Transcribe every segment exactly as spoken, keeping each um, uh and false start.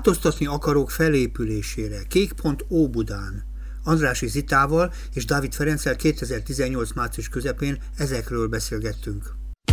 Változtatni akarók felépülésére. Kék.ó Budán. Andrássy Zitával és Dávid Ferenccel kétezer-tizennyolc március közepén ezekről beszélgettünk.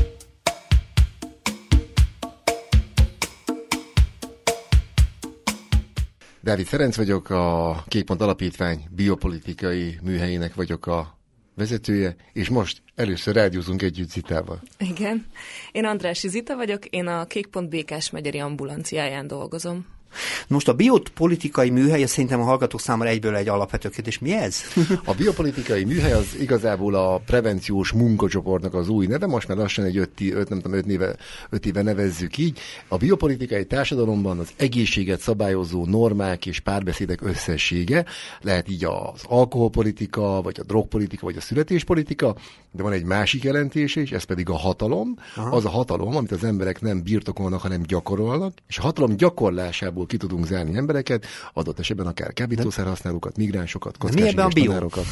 Dávid Ferenc vagyok, a Kék.pont Alapítvány biopolitikai műhelyének vagyok a vezetője, és most először rádiózunk együtt Zitával. Igen. Én Andrássy Zita vagyok, én a Kék.pont Békás-megyeri ambulanciáján dolgozom. Most a biopolitikai műhely szerintem a hallgatók számára egyből egy alapvető kérdés. Mi ez? A biopolitikai műhely az igazából a prevenciós munkacsoportnak az új neve, most már lassan egy öt, öt, nem tudom, öt, néve, öt éve nevezzük így. A biopolitikai társadalomban az egészséget szabályozó normák és párbeszédek összessége, lehet így az alkoholpolitika, vagy a drogpolitika, vagy a születéspolitika, de van egy másik jelentése is, ez pedig a hatalom. Aha. Az a hatalom, amit az emberek nem birtokolnak, hanem gyakorolnak, és a hatalom gyakorlásából ki tudunk zárni embereket, adott esetben akár kábítószerhasználókat, migránsokat, kockás tanárokat.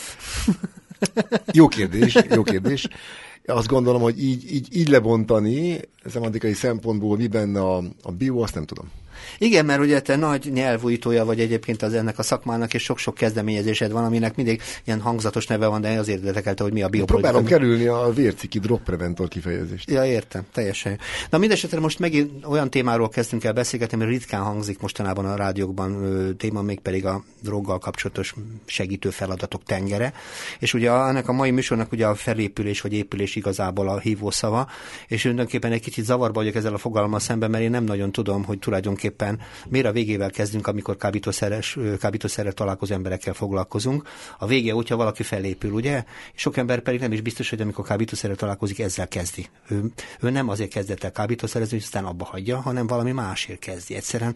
Jó kérdés, jó kérdés. Azt gondolom, hogy így, így, így lebontani szemantikai szempontból mi benne a, a bio, azt nem tudom. Igen, mert ugye te nagy nyelvújtója vagy egyébként az ennek a szakmának, és sok-sok kezdeményezésed van, aminek mindig ilyen hangzatos neve van, de azért érdekelte, hogy mi a biopolitika. Próbálom kerülni a vérciki drogpreventor kifejezést. Ja, értem, teljesen. Na mindesetre most megint olyan témáról kezdünk el beszélgetni, mert ritkán hangzik mostanában a rádiókban ö, téma, mégpedig a droggal kapcsolatos segítő feladatok tengere. És ugye ennek a mai műsornak ugye a felépülés vagy épülés igazából a hívószava, és tulajdonképpen egy kicsit zavarba vagyok ezzel a fogalommal szemben, mert én nem nagyon tudom, hogy tulajdonképpen miért a végével kezdünk, amikor kábítószeres, kábítószerrel találkozó emberekkel foglalkozunk. A vége, hogyha valaki felépül, ugye? Sok ember pedig nem is biztos, hogy amikor kábítószerrel találkozik, ezzel kezdi. Ő, ő nem azért kezdett el kábítószerezni, hogy aztán abba hagyja, hanem valami másért kezdi. Egyszerűen.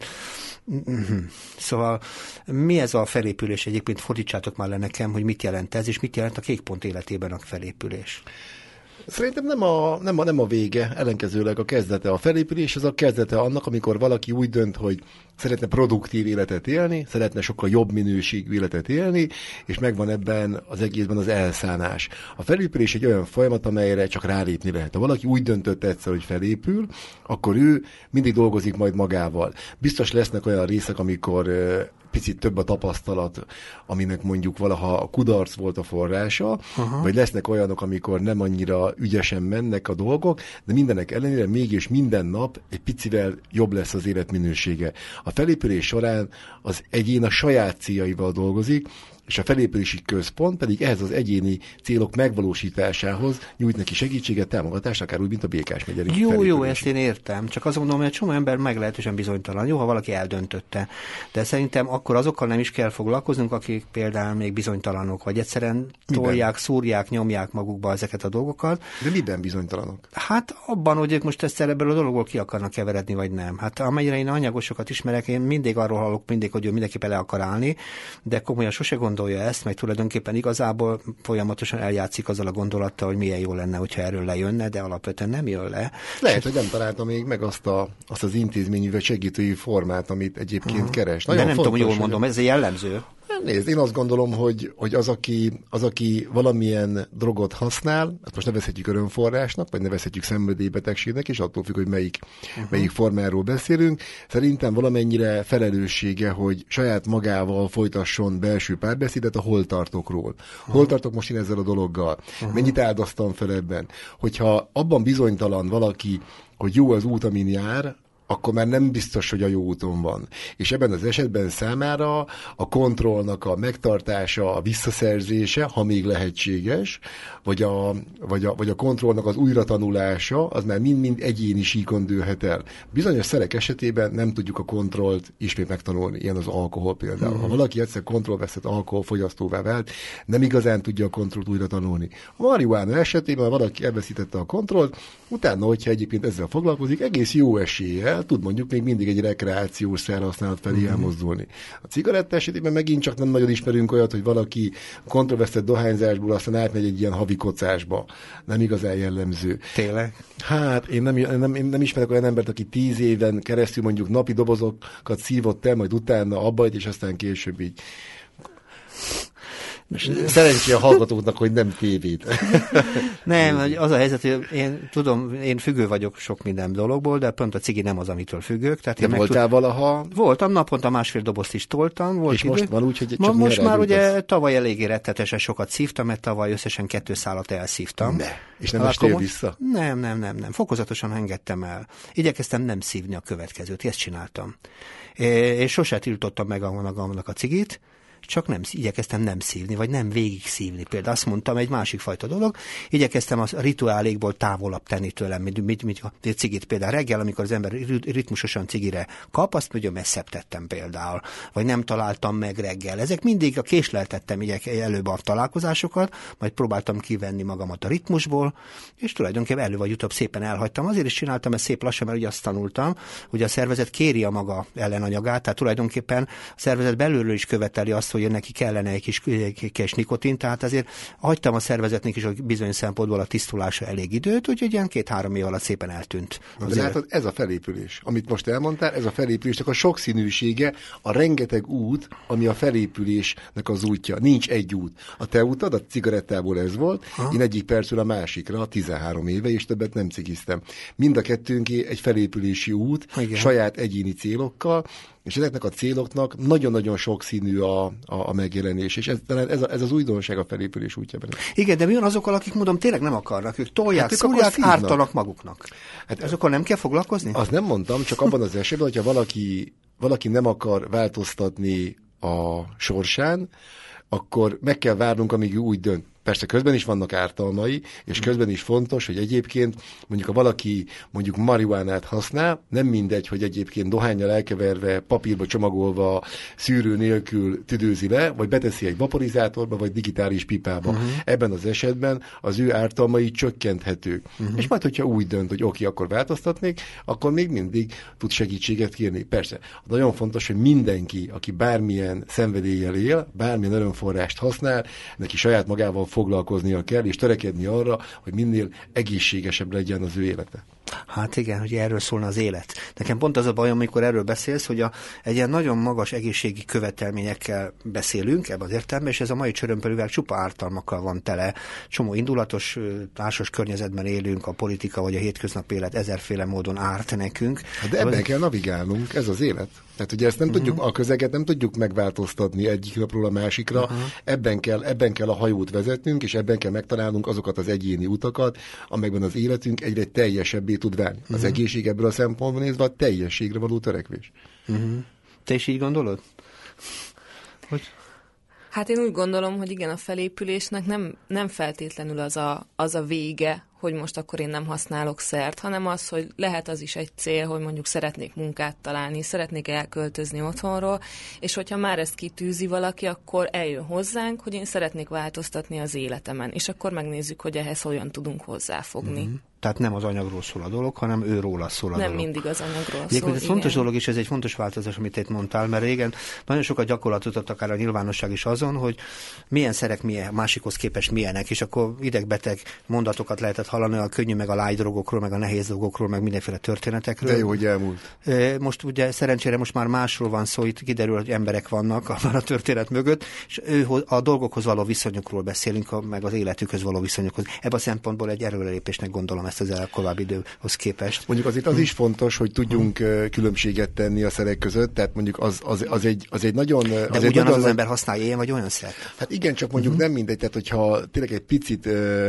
Szóval mi ez a felépülés? Egyébként fordítsátok már le nekem, hogy mit jelent ez, és mit jelent a Kék.pont életében a felépülés. Szerintem nem a, nem, a, nem a vége, ellenkezőleg a kezdete. A felépülés az a kezdete annak, amikor valaki úgy dönt, hogy szeretne produktív életet élni, szeretne sokkal jobb minőségű életet élni, és megvan ebben az egészben az elszánás. A felépülés egy olyan folyamat, amelyre csak rálépni lehet. Ha valaki úgy döntött egyszer, hogy felépül, akkor ő mindig dolgozik majd magával. Biztos lesznek olyan részek, amikor picit több a tapasztalat, aminek mondjuk valaha a kudarc volt a forrása, aha, vagy lesznek olyanok, amikor nem annyira ügyesen mennek a dolgok, de mindenek ellenére mégis minden nap egy picivel jobb lesz az életminősége. A felépülés során az egyén a saját céljaival dolgozik, és a felépülési központ pedig ehhez az egyéni célok megvalósításához nyújt neki segítséget, támogatást, akár úgy, mint a Békás-megyeri Jó, jó, ezt én értem. Csak azt mondom, hogy egy csomó ember meglehetősen bizonytalan. Jó, ha valaki eldöntötte. De szerintem akkor azokkal nem is kell foglalkoznunk, akik például még bizonytalanok, vagy egyszerűen tolják, szúrják, nyomják magukba ezeket a dolgokat. De miben bizonytalanok? Hát abban, hogy ők most ezt ebből a dologból ki akarnak keveredni, vagy nem. Hát amennyire én anyagosokat ismerek, én mindig arról hallok, mindig, hogy ő mindenképpen le akar állni, de komolyan sose gondolja ezt, meg tulajdonképpen igazából folyamatosan eljátszik azzal a gondolattal, hogy milyen jó lenne, hogyha erről lejönne, de alapvetően nem jön le. Lehet, hogy nem találta még meg azt, a, azt az intézményű vagy segítői formát, amit egyébként uh-huh. keres. Nagyon de nem fontos, tudom, jól mondom, ez jellemző. Nézd, én azt gondolom, hogy, hogy az, aki, az, aki valamilyen drogot használ, ezt most nevezhetjük örömforrásnak, vagy nevezhetjük szenvedélybetegségnek, és attól függ, hogy melyik, uh-huh. melyik formáról beszélünk. Szerintem valamennyire felelőssége, hogy saját magával folytasson belső párbeszédet a hol tartokról. Uh-huh. Hol tartok most én ezzel a dologgal? Uh-huh. Mennyit áldoztam fel ebben? Hogyha abban bizonytalan valaki, hogy jó az út, amin jár, akkor már nem biztos, hogy a jó úton van. És ebben az esetben számára a kontrollnak a megtartása, a visszaszerzése, ha még lehetséges, vagy a, vagy a, vagy a kontrollnak az újratanulása, az már mind-mind egyéni síkon dőlhet el. Bizonyos szerek esetében nem tudjuk a kontrollt ismét megtanulni, ilyen az alkohol például. Hmm. Ha valaki egyszer kontrollveszett alkoholfogyasztóvá vált, nem igazán tudja a kontrollt újra tanulni. A marihuána esetében, ha valaki elveszítette a kontrollt, utána, hogyha egyébként ezzel foglalkozik, egész jó eséllyel tud mondjuk még mindig egy rekreációs szerhasználat felé elmozdulni. A cigaretta esetében megint csak nem nagyon ismerünk olyat, hogy valaki kontrollvesztett dohányzásból aztán átmegy egy ilyen havi kocásba. Nem igazán jellemző. Tényleg? Hát én nem, nem, én nem ismerek olyan embert, aki tíz éven keresztül mondjuk napi dobozokat szívott el, majd utána abba, és aztán később így. Szerencsé a hallgatóknak, hogy nem tévét. Nem, az a helyzet, hogy én tudom, én függő vagyok sok minden dologból, de pont a cigi nem az, amitől függök. Tehát de voltál tud... valaha? Voltam, naponta másfél dobozt is toltam. Volt és idő. Most van úgy, hogy Ma, csak most már ugye tavaly eléggé rettetesen sokat szívtam, mert tavaly összesen kettő szálat elszívtam. Ne. És nem estél vissza? Nem, nem, nem, nem. Fokozatosan engedtem el. Igyekeztem nem szívni a következőt, ezt csináltam. És sose tiltottam meg magamnak a cigit, csak nem, igyekeztem nem szívni, vagy nem végig szívni. Például azt mondtam, egy másik fajta dolog, igyekeztem a rituálékból távolabb tenni tőlem, mint, mint, mint a cigit. Például reggel, amikor az ember ritmusosan cigire kap, azt mondja, messzebb tettem például, vagy nem találtam meg reggel. Ezek mindig a késleltettem igyek előbb a találkozásokat, majd próbáltam kivenni magamat a ritmusból, és tulajdonképpen elő vagy utóbb szépen elhagytam. Azért is csináltam ezt szép lassan, mert ugye azt tanultam, hogy a szervezet kéri a maga ellenanyagát, tehát tulajdonképpen a szervezet belülről is követeli azt, hogy neki kellene egy kis, kis nikotin, tehát azért hagytam a szervezetnek is, hogy bizonyos szempontból a tisztulása elég időt, úgyhogy ilyen két-három év alatt szépen eltűnt. De látod, ez a felépülés. Amit most elmondtál, ez a felépülésnek a sokszínűsége, a rengeteg út, ami a felépülésnek az útja. Nincs egy út. A te útad, a cigarettából ez volt, ha? Én egyik percről a másikra, tizenhárom éve, és többet nem cigiztem. Mind a kettőnké egy felépülési út, igen. Saját egyéni célokkal, és ezeknek a céloknak nagyon-nagyon sokszínű a, a, a megjelenés, és ez, ez, a, ez az újdonság a felépülés útjában. Igen, de mi van azokkal, akik mondom tényleg nem akarnak, ők tolják, hát szúrják, ártanak maguknak. Hát azokkal nem kell foglalkozni? Azt nem mondtam, csak abban az esetben, hogyha valaki, valaki nem akar változtatni a sorsán, akkor meg kell várnunk, amíg ő úgy dönt. Persze közben is vannak ártalmai, és közben is fontos, hogy egyébként mondjuk ha valaki mondjuk marihuánát használ, nem mindegy, hogy egyébként dohánnyal elkeverve, papírba csomagolva, szűrő nélkül tüdőzi le, vagy beteszi egy vaporizátorba, vagy digitális pipába. Uh-huh. Ebben az esetben az ő ártalmai csökkenthetők. Uh-huh. És majd, hogyha úgy dönt, hogy oké, akkor változtatnék, akkor még mindig tud segítséget kérni. Persze, nagyon fontos, hogy mindenki, aki bármilyen szenvedéllyel él, bármilyen örömforrást használ, neki saját magával foglalkoznia kell, és törekedni arra, hogy minél egészségesebb legyen az ő élete. Hát igen, hogy erről szólna az élet. Nekem pont az a bajom, amikor erről beszélsz, hogy a, egy ilyen nagyon magas egészségi követelményekkel beszélünk ebben az értelemben, és ez a mai csörömpölővel csupa ártalmakkal van tele. Csomó indulatos, társas környezetben élünk, a politika vagy a hétköznapi élet ezerféle módon árt nekünk. De ebben az... kell navigálnunk, ez az élet. Tehát ugye ezt nem uh-huh. tudjuk, a közeget nem tudjuk megváltoztatni egyik napról a másikra, uh-huh. ebben, kell, ebben kell a hajót vezetnünk, és ebben kell megtalálnunk azokat az egyéni utakat, amelyben az életünk egyre teljesebbé tud válni. Uh-huh. Az egészség ebből a szempontból nézve a teljességre való törekvés. Uh-huh. Te is így gondolod? Hogy... Hát én úgy gondolom, hogy igen, a felépülésnek nem, nem feltétlenül az a, az a vége, hogy most akkor én nem használok szert, hanem az, hogy lehet az is egy cél, hogy mondjuk szeretnék munkát találni, szeretnék elköltözni otthonról, és hogyha már ezt kitűzi valaki, akkor eljön hozzánk, hogy én szeretnék változtatni az életemen, és akkor megnézzük, hogy ehhez hogyan tudunk hozzáfogni. Mm-hmm. Tehát nem az anyagról szól a dolog, hanem ő róla szól a nem dolog. Nem mindig az anyagról Egyébként szól, ez fontos dolog, és ez egy fontos változás, amit itt mondtál, mert régen nagyon sokat gyakorlatot adtak akár a nyilvánosság is azon, hogy milyen szerek milyen, másikhoz képest milyenek, és akkor idegbeteg mondatokat lehetett hallani a könnyű, meg a light drogokról, meg a nehéz drogokról, meg mindenféle történetekről. De jó, hogy elmúlt. Most ugye szerencsére most már másról van szó, itt kiderül, hogy emberek vannak a, a történet mögött, és ő, a dolgokhoz való viszonyokról beszélünk, a, meg az életükhöz való viszonyokhoz. Ebben a szempontból egy előrelépésnek gondolom ezt az elkorábbi időhoz képest. Mondjuk azért az is fontos, hogy tudjunk hmm. különbséget tenni a szerek között, tehát mondjuk az, az, az, egy, az egy nagyon... De az ugyanaz nagyon, az ember használja ilyen vagy olyan szert? Hát igen, csak mondjuk uh-huh. nem mindegy, tehát hogyha tényleg egy picit,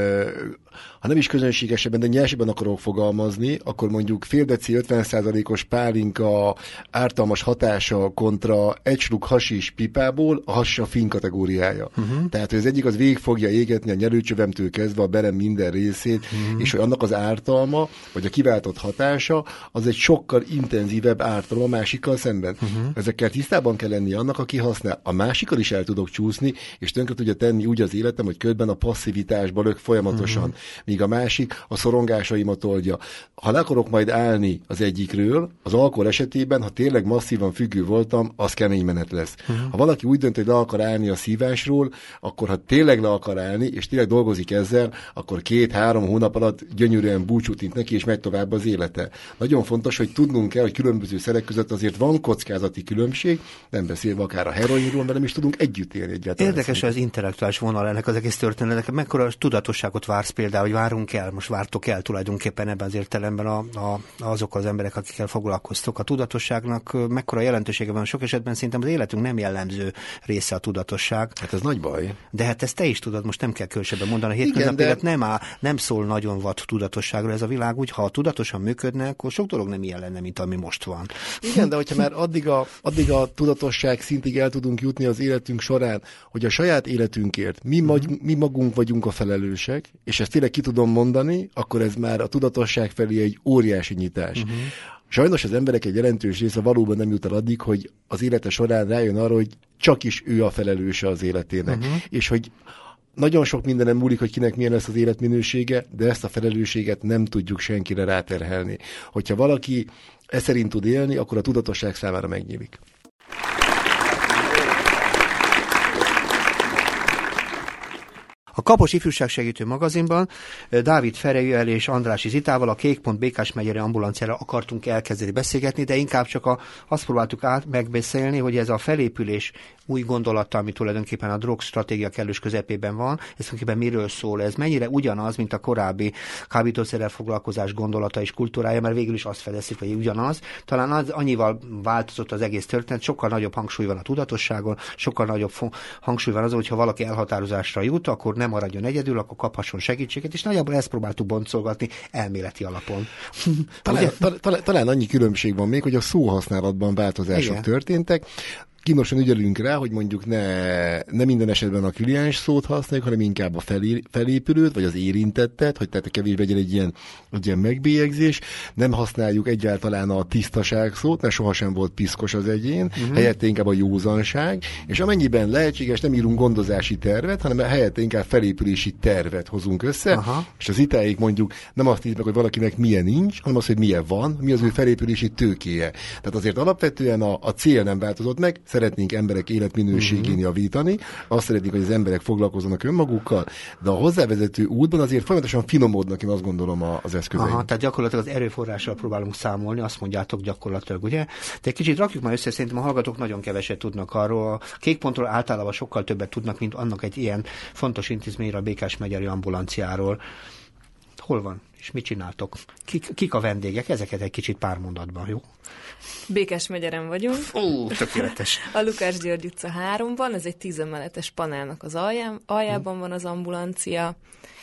ha nem is közönségesebben, de nyersebben akarok fogalmazni, akkor mondjuk fél deci ötven százalékos pálinka ártalmas hatása kontra egy slug hasis pipából a hasis a fin kategóriája. Uh-huh. Tehát, hogy az egyik az végig fogja égetni a nyelőcsövemtől kezdve a berem minden részét, uh-huh. és hogy annak az ártalma, vagy a kiváltott hatása, az egy sokkal intenzívebb ártalom a másikkal szemben. Uh-huh. Ezekkel tisztában kell lenni annak, aki használ. A másikkal is el tudok csúszni, és tönkre tudja tenni úgy az életem, hogy közben a passzivitásba lök folyamatosan. Uh-huh. Míg a másik a szorongásaimat oldja. Ha le akarok majd állni az egyikről, az alkohol esetében, ha tényleg masszívan függő voltam, az kemény menet lesz. Uh-huh. Ha valaki úgy dönt, hogy le akar állni a szívásról, akkor ha tényleg le akar állni, és tényleg dolgozik ezzel, akkor két-három hónap alatt gyönyörű gyönyörűen búcsút int neki, és megy tovább az élete. Nagyon fontos, hogy tudnunk kell, hogy különböző szerek között azért van kockázati különbség, nem beszélve akár a heroinról, mert nem is tudunk együtt élni egyáltalán. Érdekes az intellektuális vonal ennek az egész történetnek. Mekkora tudatosságot vársz például, hogy várunk el, most vártok el tulajdonképpen ebben az értelemben a, a, azok az emberek, akikkel foglalkoztok. A tudatosságnak mekkora jelentősége van? Sok esetben szerintem az életünk nem jellemző része a tudatosság. Hát ez nagy baj. De hát ezt te is tudod, most nem kell különösebben mondani. A hétköznapi élet de... nem, áll, nem szól nagyon vad tudatosságról ez a világ, úgy ha tudatosan működne, akkor sok dolog nem ilyen lenne, mint ami most van. Igen, de hogyha már addig a, addig a tudatosság szintig el tudunk jutni az életünk során, hogy a saját életünkért mi, magy, mi magunk vagyunk a felelősek, és ezt tényleg ki tudom mondani, akkor ez már a tudatosság felé egy óriási nyitás. Uh-huh. Sajnos az emberek egy jelentős része valóban nem jut el addig, hogy az élete során rájön arra, hogy csak is ő a felelőse az életének. Uh-huh. És hogy nagyon sok mindenem múlik, hogy kinek milyen lesz az életminősége, de ezt a felelősséget nem tudjuk senkire ráterhelni. Hogyha valaki e szerint tud élni, akkor a tudatosság számára megnyílik. A Kapos Ifjúságsegítő magazinban Dávid Ferejűvel és Andrássy Zitával a Kék.pont Békás megyeri ambulanciára akartunk elkezdeni beszélgetni, de inkább csak a, azt próbáltuk át megbeszélni, hogy ez a felépülés új gondolata, ami tulajdonképpen a drogstratégia kellős közepében van, ez tulajdonképpen miről szól, ez mennyire ugyanaz, mint a korábbi kábítószerrel foglalkozás gondolata és kultúrája, mert végül is azt fedezik, hogy ugyanaz. Talán az annyival változott az egész történet, sokkal nagyobb hangsúly van a tudatosságon, sokkal nagyobb hangsúly van azon, hogyha valaki elhatározásra jut, akkor nem maradjon egyedül, akkor kaphasson segítséget, és nagyjából ezt próbáltuk boncolgatni elméleti alapon. talán, talán, talán annyi különbség van még, hogy a szóhasználatban változások Igen. történtek. Kínosan ügyelünk rá, hogy mondjuk ne, ne minden esetben a kliens szót használjuk, hanem inkább a felé, felépülőt, vagy az érintettet, hogy tehát kevésbé legyen egy ilyen, egy ilyen megbélyegzés. Nem használjuk egyáltalán a tisztaság szót, mert sohasem volt piszkos az egyén, uh-huh. helyette inkább a józanság, és amennyiben lehetséges, nem írunk gondozási tervet, hanem helyette inkább felépülési tervet hozunk össze, Aha. és az itáig mondjuk nem azt írjuk meg, hogy valakinek milyen nincs, hanem az, hogy milyen van, mi az ő felépülési tőkéje. Tehát azért alapvetően a, a cél nem változott meg, szeretnénk emberek életminőségén javítani, azt szeretnénk, hogy az emberek foglalkozzanak önmagukkal, de a hozzávezető útban azért folyamatosan finomodnak, én azt gondolom, az eszközeink. Aha, tehát gyakorlatilag az erőforrással próbálunk számolni, azt mondjátok gyakorlatilag, ugye? De egy kicsit rakjuk már össze, szerintem a hallgatók nagyon keveset tudnak arról. A Kék.pontról általában sokkal többet tudnak, mint annak egy ilyen fontos intézményről, a Békás megyeri ambulanciáról. Hol van? És mit csináltok? Kik, kik a vendégek? Ezeket egy kicsit pár mondatban, jó? Békás megyeren vagyunk. Ó, tökéletes. A Lukács György utca háromban, ez egy tízemeletes panelnak az alján, aljában van az ambulancia,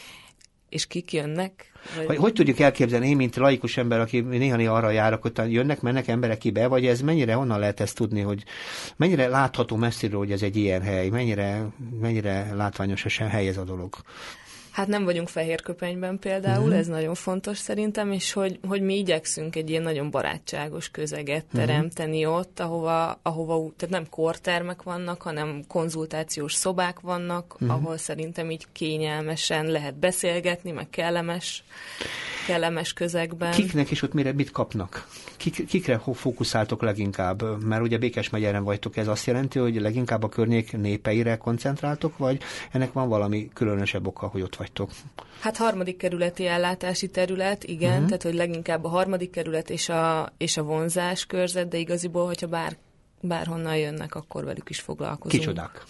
és kik jönnek? Vagy... Hogy, hogy tudjuk elképzelni, én, mint laikus ember, aki néha-néha arra járok, hogy jönnek, mennek emberek ki be, vagy ez mennyire, honnan lehet ezt tudni, hogy mennyire látható messziről, hogy ez egy ilyen hely, mennyire, mennyire látványos hely ez a dolog? Hát nem vagyunk Fehérköpenyben például, uh-huh. ez nagyon fontos szerintem, és hogy, hogy mi igyekszünk egy ilyen nagyon barátságos közeget teremteni uh-huh. ott, ahova, ahova, tehát nem kórtermek vannak, hanem konzultációs szobák vannak, uh-huh. ahol szerintem így kényelmesen lehet beszélgetni, meg kellemes, kellemes közegben. Kiknek és ott mire, mit kapnak? Kik, kikre fókuszáltok leginkább? Mert ugye Békás megyeren vagytok, ez azt jelenti, hogy leginkább a környék népeire koncentráltok, vagy ennek van valami különösebb oka, hogy ott vagytok? Hát harmadik kerületi ellátási terület, igen, uh-huh. tehát hogy leginkább a harmadik kerület és a, és a vonzás körzet, de igaziból, hogyha bár, bárhonnan jönnek, akkor velük is foglalkozunk. Kicsodák?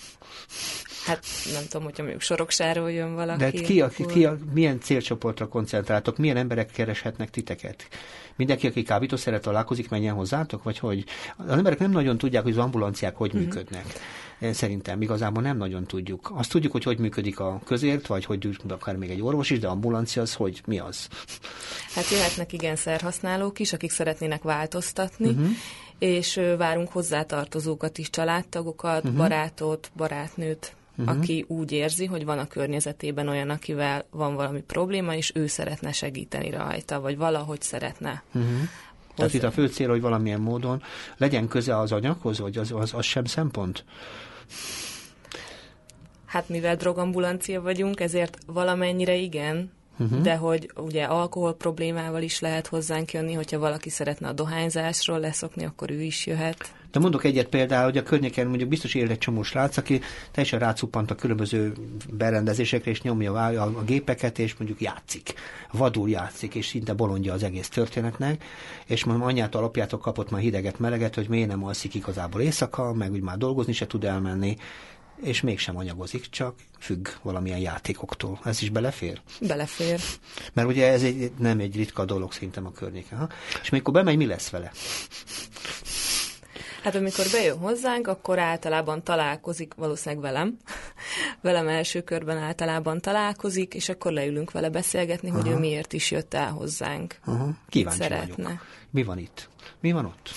Hát nem tudom, hogyha mondjuk Soroksáról jön valaki. De hát ki, a, ki, ki a, milyen célcsoportra koncentráltok? Milyen emberek kereshetnek titeket? Mindenki, aki kábítószerrel találkozik, menjen hozzátok? Vagy hogy? Az emberek nem nagyon tudják, hogy az ambulanciák hogy uh-huh. működnek. Szerintem igazából nem nagyon tudjuk. Azt tudjuk, hogy hogy működik a közért, vagy hogy akár még egy orvos is, de ambulancia az hogy? Mi az? Hát jöhetnek igen szerhasználók is, akik szeretnének változtatni, uh-huh. és várunk hozzátartozókat is, családtagokat, uh-huh. barátot, barátnőt, uh-huh. aki úgy érzi, hogy van a környezetében olyan, akivel van valami probléma, és ő szeretne segíteni rajta, vagy valahogy szeretne. Uh-huh. Tehát itt a fő cél, hogy valamilyen módon legyen köze az anyaghoz, vagy az, az, az sem szempont? Hát mivel drogambulancia vagyunk, ezért valamennyire igen, uh-huh. de hogy ugye alkohol problémával is lehet hozzánk jönni, hogyha valaki szeretne a dohányzásról leszokni, akkor ő is jöhet. De mondok egyet például, hogy a környéken mondjuk biztos él egy csomó srác, aki teljesen rácuppant a különböző berendezésekre, és nyomja a, a gépeket, és mondjuk játszik. Vadul játszik, és szinte bolondja az egész történetnek, és mondom, anyjától, apjától kapott már hideget, meleget, hogy miért nem alszik igazából éjszaka, meg úgy már dolgozni se tud elmenni, és mégsem anyagozik, csak függ valamilyen játékoktól. Ez is belefér? Belefér. Mert ugye ez egy, nem egy ritka dolog szerintem a környéken. Ha? És amikor bemegy, mi lesz vele? Hát amikor bejön hozzánk, akkor általában találkozik, valószínűleg velem, velem első körben általában találkozik, és akkor leülünk vele beszélgetni, Aha. hogy ő miért is jött el hozzánk. Aha. Kíváncsi vagyok. Mi van itt? Mi van ott?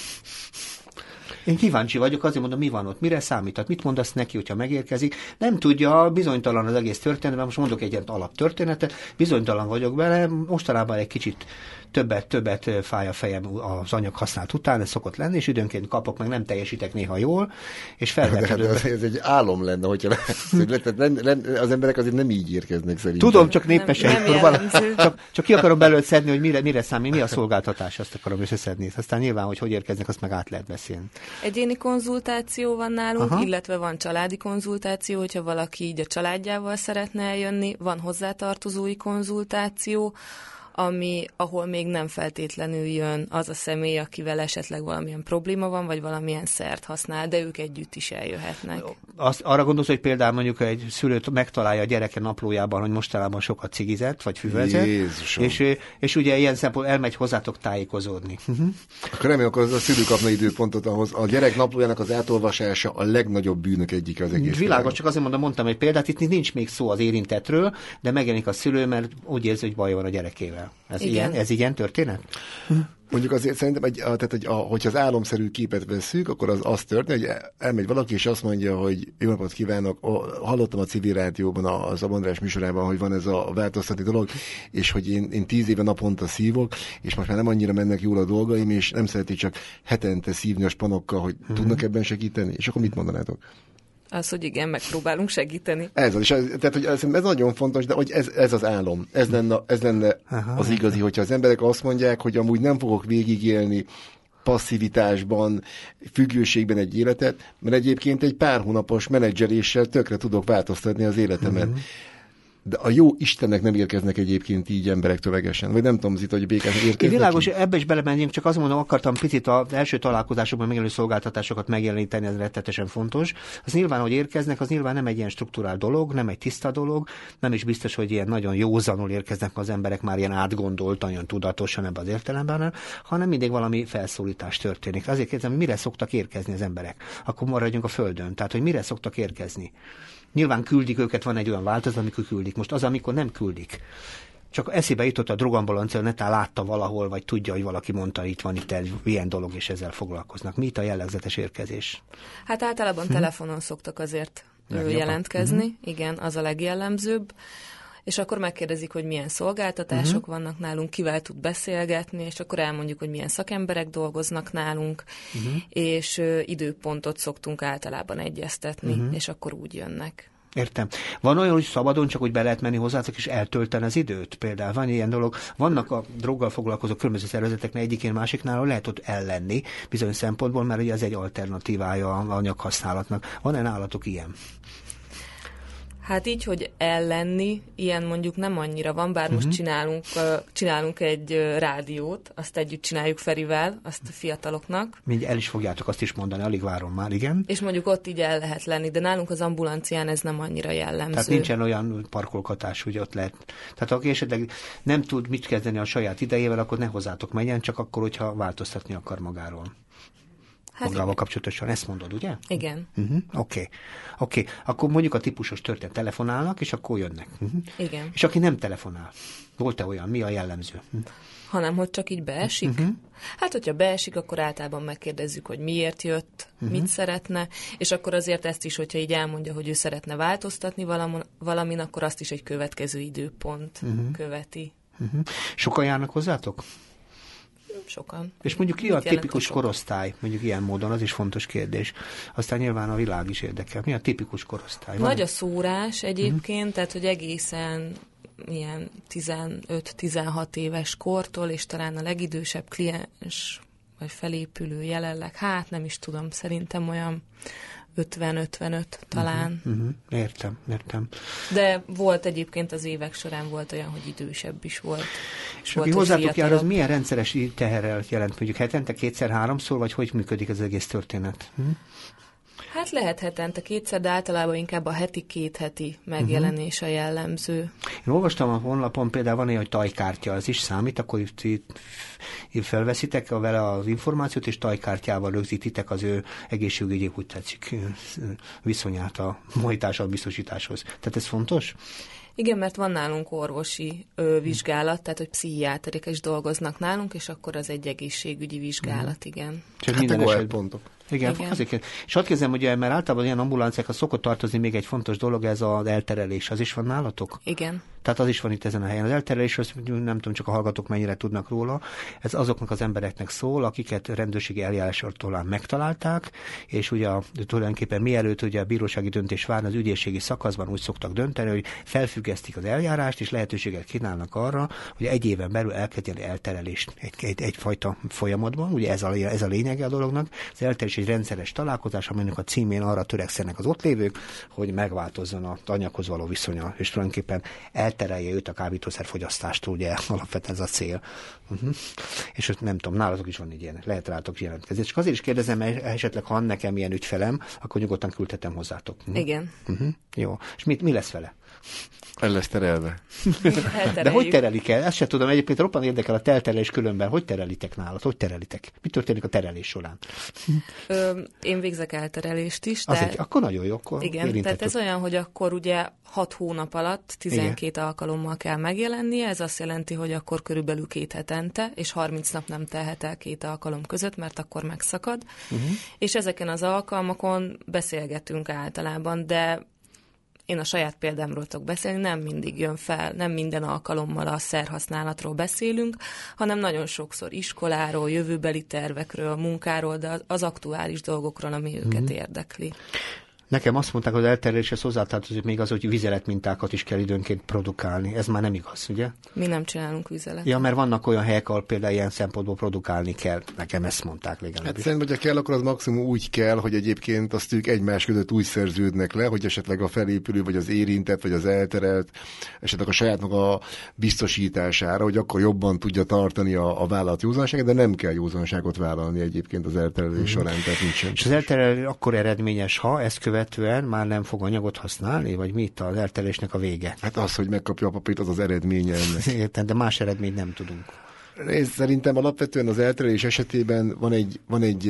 Én kíváncsi vagyok, azért mondom, mi van ott, mire számíthat, mit mondasz neki, hogyha megérkezik. Nem tudja, bizonytalan az egész történet, most mondok egy ilyen alaptörténetet, bizonytalan vagyok bele, mostanában egy kicsit többet, többet fáj a fejem az anyag használat után, ez szokott lenni, és időnként kapok, meg nem teljesítek néha jól, és felvetődök. Ez, ez egy álom lenne, hogyha az emberek azért nem így érkeznek szerintem. Tudom, csak népesen. Csak, csak ki akarom belőle szedni, hogy mire, mire számít, mi a szolgáltatás, azt akarom összeszedni. Aztán nyilván, hogy hogy érkeznek, azt meg át lehet beszélni. Egyéni konzultáció van nálunk, Aha. illetve van családi konzultáció, hogyha valaki így a családjával szeretne eljönni, van hozzátartozói konzultáció, ami, ahol még nem feltétlenül jön az a személy, akivel esetleg valamilyen probléma van, vagy valamilyen szert használ, de ők együtt is eljöhetnek. Azt, arra gondolsz, hogy például mondjuk egy szülő megtalálja a gyereke naplójában, hogy mostanában sokat cigizett, vagy füvezett, és, és ugye ilyen szempont elmegy hozzátok tájékozódni. Uh-huh. Akkor remélem, akkor az a szülő kapna időpontot ahhoz. A gyerek naplójának az átolvasása a legnagyobb bűnök egyik az egész. Világos, csak azért mondom, mondtam egy példát, itt nincs még szó az érintettről, de megjelenik a szülő, mert úgy érzi, hogy baj van a gyerekével. Ez ilyen, ez ilyen történet? Mondjuk azért szerintem, egy, tehát, hogy a, hogyha az álomszerű képet vesszük, akkor az az történik, hogy elmegy valaki, és azt mondja, hogy jó napot kívánok, hallottam a civil rádióban, a Szabó András műsorában, hogy van ez a változtatni dolog, és hogy én, én tíz éve naponta szívok, és most már nem annyira mennek jól a dolgaim, és nem szereti csak hetente szívni a spanokkal, hogy uh-huh. tudnak ebben segíteni. És akkor mit mondanátok? Az, hogy igen, megpróbálunk segíteni. Ez az, és ez, tehát, hogy ez, ez nagyon fontos, de hogy ez, ez az álom. Ez lenne, ez lenne az igazi, hogyha az emberek azt mondják, hogy amúgy nem fogok végigélni passzivitásban, függőségben egy életet, mert egyébként egy pár hónapos menedzseléssel tökre tudok változtatni az életemet. Uh-huh. De a jó Istennek nem érkeznek egyébként így emberek tövegesen. Vagy nem tudom, Zita, hogy békán érkeznek. Világos, ebbe is belemenjünk, csak azt mondom, akartam picit az első találkozásokban megjelenő szolgáltatásokat megjeleníteni, ez rettetesen fontos. Az nyilván, hogy érkeznek, az nyilván nem egy ilyen struktúrál dolog, nem egy tiszta dolog, nem is biztos, hogy ilyen nagyon józanul érkeznek az emberek már ilyen átgondoltan, olyan tudatosan ebben az értelemben, hanem mindig valami felszólítás történik. Azért kérdezem, hogy mire szoktak érkezni az emberek? Akkor maradjunk a földön. Tehát, hogy mire szoktak érkezni? Nyilván küldik őket, van egy olyan változat, amikor küldik. Most az, amikor nem küldik. Csak eszébe jutott a drogambulancia, netán látta valahol, vagy tudja, hogy valaki mondta, itt van itt egy ilyen dolog, és ezzel foglalkoznak. Mi itt a jellegzetes érkezés? Hát általában hm. telefonon szoktak azért Legjobban. jelentkezni. Hm. Igen, az a legjellemzőbb. És akkor megkérdezik, hogy milyen szolgáltatások uh-huh. vannak nálunk, kivel tud beszélgetni, és akkor elmondjuk, hogy milyen szakemberek dolgoznak nálunk, uh-huh. és ö, időpontot szoktunk általában egyeztetni, uh-huh. és akkor úgy jönnek. Értem. Van olyan, hogy szabadon csak úgy be lehet menni hozzátok, és eltölteni az időt? Például van ilyen dolog, vannak a droggal foglalkozó különböző szervezeteknek egyikén másiknál, lehet ott ellenni bizonyos szempontból, mert ugye ez egy alternatívája az anyaghasználatnak. Van-e nálatok ilyen? Hát így, hogy ellenni, ilyen mondjuk nem annyira van, bár uh-huh. most csinálunk, uh, csinálunk egy uh, rádiót, azt együtt csináljuk Ferivel, azt a fiataloknak. Mindjárt el is fogjátok azt is mondani, alig várom már, igen. És mondjuk ott így el lehet lenni, de nálunk az ambulancián ez nem annyira jellemző. Tehát nincsen olyan parkolgatás, hogy ott lehet. Tehát aki esetleg nem tud mit kezdeni a saját idejével, akkor ne hozzátok menjen, csak akkor, hogyha változtatni akar magáról. Hát magával kapcsolatosan, ezt mondod, ugye? Igen. Uh-huh. Oké. Okay. Oké. Okay. Akkor mondjuk a típusos történet telefonálnak, és akkor jönnek. Uh-huh. Igen. És aki nem telefonál, volt-e olyan? Mi a jellemző? Uh-huh. Hanem, hogy csak így beesik. Uh-huh. Hát, hogyha beesik, akkor általában megkérdezzük, hogy miért jött, uh-huh. mit szeretne, és akkor azért ezt is, hogyha így elmondja, hogy ő szeretne változtatni valamin, valamin akkor azt is egy következő időpont uh-huh. követi. Uh-huh. Sokan járnak hozzátok? Sokan. És mondjuk ki a tipikus korosztály, mondjuk ilyen módon, az is fontos kérdés. Aztán nyilván a világ is érdekel. Mi a tipikus korosztály? Nagy a szórás egyébként, uh-huh. tehát hogy egészen ilyen tizenöt-tizenhat éves kortól, és talán a legidősebb kliens vagy felépülő jelenleg, hát nem is tudom, szerintem olyan ötven-ötvenöt talán. Uh-huh, uh-huh. Értem, értem. De volt egyébként az évek során volt olyan, hogy idősebb is volt. És aki hozzátok jár, az milyen rendszeres teherrel jelent? Mondjuk hetente kétszer-háromszor, vagy hogy működik az egész történet? Hm? Hát lehet hetente kétszer, de általában inkább a heti, két heti megjelenés uh-huh. a jellemző. Én olvastam a honlapon, például van olyan, hogy tajkártya, az is számít, akkor itt, itt, itt felveszitek vele az információt, és tajkártyával rögzítitek az ő egészségügyi, úgy tetszik, viszonyát a mai társadalombiztosításhoz. Tehát ez fontos? Igen, mert van nálunk orvosi ö, vizsgálat, tehát hogy pszichiáterek is dolgoznak nálunk, és akkor az egy egészségügyi vizsgálat, igen. Csak minden esetben pontok. Igen, Igen. Azért, és hadd kezdem, hogy mert általában ilyen ambulanciákhoz szokott tartozni még egy fontos dolog, ez az elterelés. Az is van nálatok? Igen. Tehát az is van itt ezen a helyen. Az elterelésről nem tudom, csak a hallgatók mennyire tudnak róla. Ez azoknak az embereknek szól, akiket rendőrségi eljárásortól megtalálták, és ugye tulajdonképpen mielőtt ugye a bírósági döntés várna, az ügyészségi szakaszban úgy szoktak dönteni, hogy felfüggesztik az eljárást, és lehetőséget kínálnak arra, hogy egy éven belül elkezdjen elterelést egy, egy, egyfajta folyamatban. Ugye ez a, ez a lényege a dolognak. Az elterelés egy rendszeres találkozás, aminek a címén arra törekszenek az ott lévők, hogy megváltozzon az anyaghoz való viszonya, és tulajdonképpen elterelje őt a kábítószerfogyasztástól, ugye alapvetően ez a cél. Uh-huh. És ott nem tudom, nálatok is van így ilyen, lehet rátok jelentkezni. Csak azért is kérdezem, esetleg ha nekem ilyen ügyfelem, akkor nyugodtan küldhetem hozzátok. Uh-huh. Igen. Uh-huh. Jó. És mit, mi lesz vele? El lesz terelve. De hogy terelik el? Ezt sem tudom. Egyébként roppan érdekel a telterelés különben. Hogy terelitek nálad? Hogy terelitek? Mi történik a terelés során? Ö, én végzek elterelést is. De... Azért, akkor nagyon jó. Akkor igen, tehát ez olyan, hogy akkor ugye hat hónap alatt tizenkét igen. alkalommal kell megjelennie. Ez azt jelenti, hogy akkor körülbelül két hetente, és harminc nap nem telhet el két alkalom között, mert akkor megszakad. Uh-huh. És ezeken az alkalmakon beszélgetünk általában, de én a saját példámról tudok beszélni, nem mindig jön fel, nem minden alkalommal a szerhasználatról beszélünk, hanem nagyon sokszor iskoláról, jövőbeli tervekről, munkáról, de az aktuális dolgokról, ami őket mm-hmm. érdekli. Nekem azt mondták, hogy az eltereléshez hozzátartozik még az, hogy vizeletmintákat is kell időnként produkálni. Ez már nem igaz, ugye? Mi nem csinálunk vizeletet. Ja, mert vannak olyan helyek, ahol például ilyen szempontból produkálni kell. Nekem ezt mondták legalábbis. Hát szerintem, hogyha kell, akkor az maximum úgy kell, hogy egyébként azt ők egymás között úgy szerződnek le, hogy esetleg a felépülő, vagy az érintett, vagy az elterelt, esetleg a saját maga biztosítására, hogy akkor jobban tudja tartani a, a vállalat józanságát, de nem kell józanságot vállalni egyébként az elterelés mm. során. Tehát nincsen. És az elterelés akkor eredményes, ha ezt követ már nem fog anyagot használni, vagy mi itt az elterelésnek a vége? Hát az, hogy megkapja a papírt, az az eredménye ennek. Értem, de más eredményt nem tudunk. Én szerintem alapvetően az elterelés esetében van egy, van egy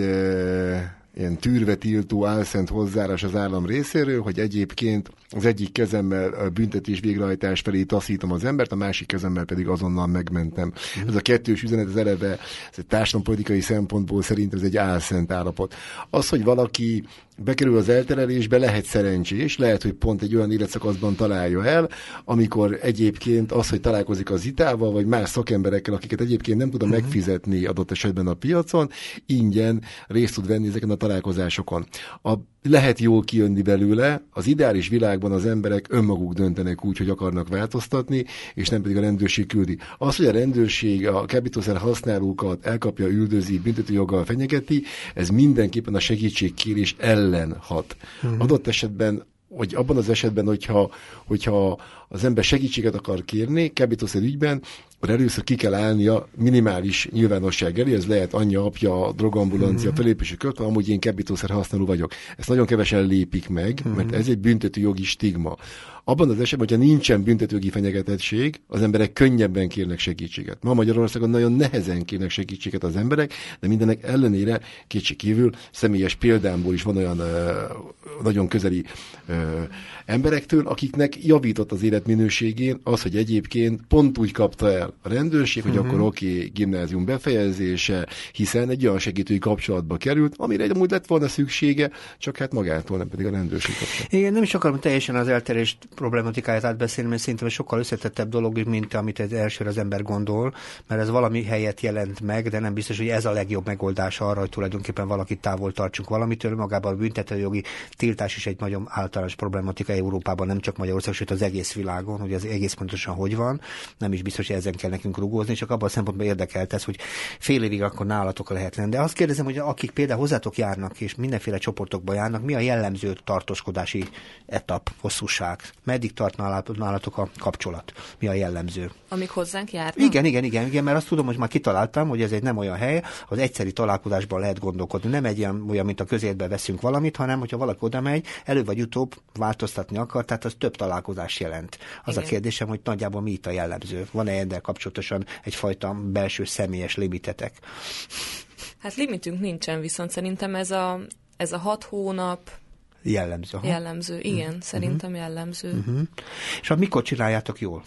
e, ilyen tűrve tiltó álszent hozzárás az állam részéről, hogy egyébként az egyik kezemmel büntetés végrehajtás felé taszítom az embert, a másik kezemmel pedig azonnal megmentem. Mm. Ez a kettős üzenet az eleve ez egy társadalompolitikai szempontból szerintem ez egy álszent állapot. Az, hogy valaki bekerül az elterelésbe, lehet szerencsés, lehet, hogy pont egy olyan életszakaszban találja el, amikor egyébként az, hogy találkozik az itával, vagy más szakemberekkel, akiket egyébként nem tud uh-huh. megfizetni adott esetben a piacon, ingyen részt tud venni ezeken a találkozásokon. A lehet jól kijönni belőle, az ideális világban az emberek önmaguk döntenek úgy, hogy akarnak változtatni, és nem pedig a rendőrség küldi. Az, hogy a rendőrség a kábítószer használókat elkapja, üldözi, büntetőjoggal fenyegeti, ez mindenképpen a segítségkérés ellen hat. Uh-huh. Adott esetben, hogy abban az esetben, hogyha, hogyha az ember segítséget akar kérni kábítószer ügyben, akkor először ki kell állnia minimális nyilvánosság elé, ez lehet anyja, apja, a drogambulancia, uh-huh. felépési kört, amúgy én kábítószer használó vagyok. Ezt nagyon kevesen lépik meg, uh-huh. mert ez egy büntetőjogi stigma. Abban az esetben, hogyha nincsen büntetőjogi fenyegetettség, az emberek könnyebben kérnek segítséget. Ma Magyarországon nagyon nehezen kérnek segítséget az emberek, de mindenek ellenére kétségkívül személyes példámból is van olyan uh, nagyon közeli uh, emberektől, akiknek javított az életminőségén az, hogy egyébként pont úgy kapta el a rendőrség, hogy uh-huh. akkor oké, okay, gimnázium befejezése, hiszen egy olyan segítői kapcsolatba került, amire amúgy lett volna szüksége, csak hát magától, nem pedig a rendőrség kapcsolat. Igen, nem is akarom teljesen az elterést problematikáját átbeszélni, mert szerintem sokkal összetettebb dolog, mint amit az elsőre az ember gondol, mert ez valami helyet jelent meg, de nem biztos, hogy ez a legjobb megoldás arra, hogy tulajdonképpen valakit távol tartsunk valamitől. Magában a büntetőjogi tiltás is egy nagyon általános hatalmas problematika Európában, nem csak Magyarország, sőt az egész világon, hogy az egész pontosan hogy van, nem is biztos, hogy ezen kell nekünk rugózni, csak abban a szempontból érdekelt ez, hogy fél évig akkor nálatok lehet lenni. De azt kérdezem, hogy akik például hozzátok járnak, és mindenféle csoportokba járnak, mi a jellemző tartózkodási etap, hosszúság? Meddig tart nálatok a kapcsolat? Mi a jellemző? Amik hozzánk járnak? Igen, igen, igen, igen, mert azt tudom, hogy már kitaláltam, hogy ez egy nem olyan hely, az egyszeri találkozásban lehet gondolkodni. Nem egy olyan, olyan mint a közértben veszünk valamit, hanem hogyha valaki oda megy, előbb vagy utóbb változtatni akar, tehát az több találkozás jelent. Az igen. A kérdésem, hogy nagyjából mi itt a jellemző? Van-e ezzel kapcsolatosan egyfajta belső személyes limitetek? Hát limitünk nincsen, viszont szerintem ez a, ez a hat hónap jellemző. Aha. Jellemző, igen, uh-huh. szerintem jellemző. Uh-huh. És hát mikor csináljátok jól?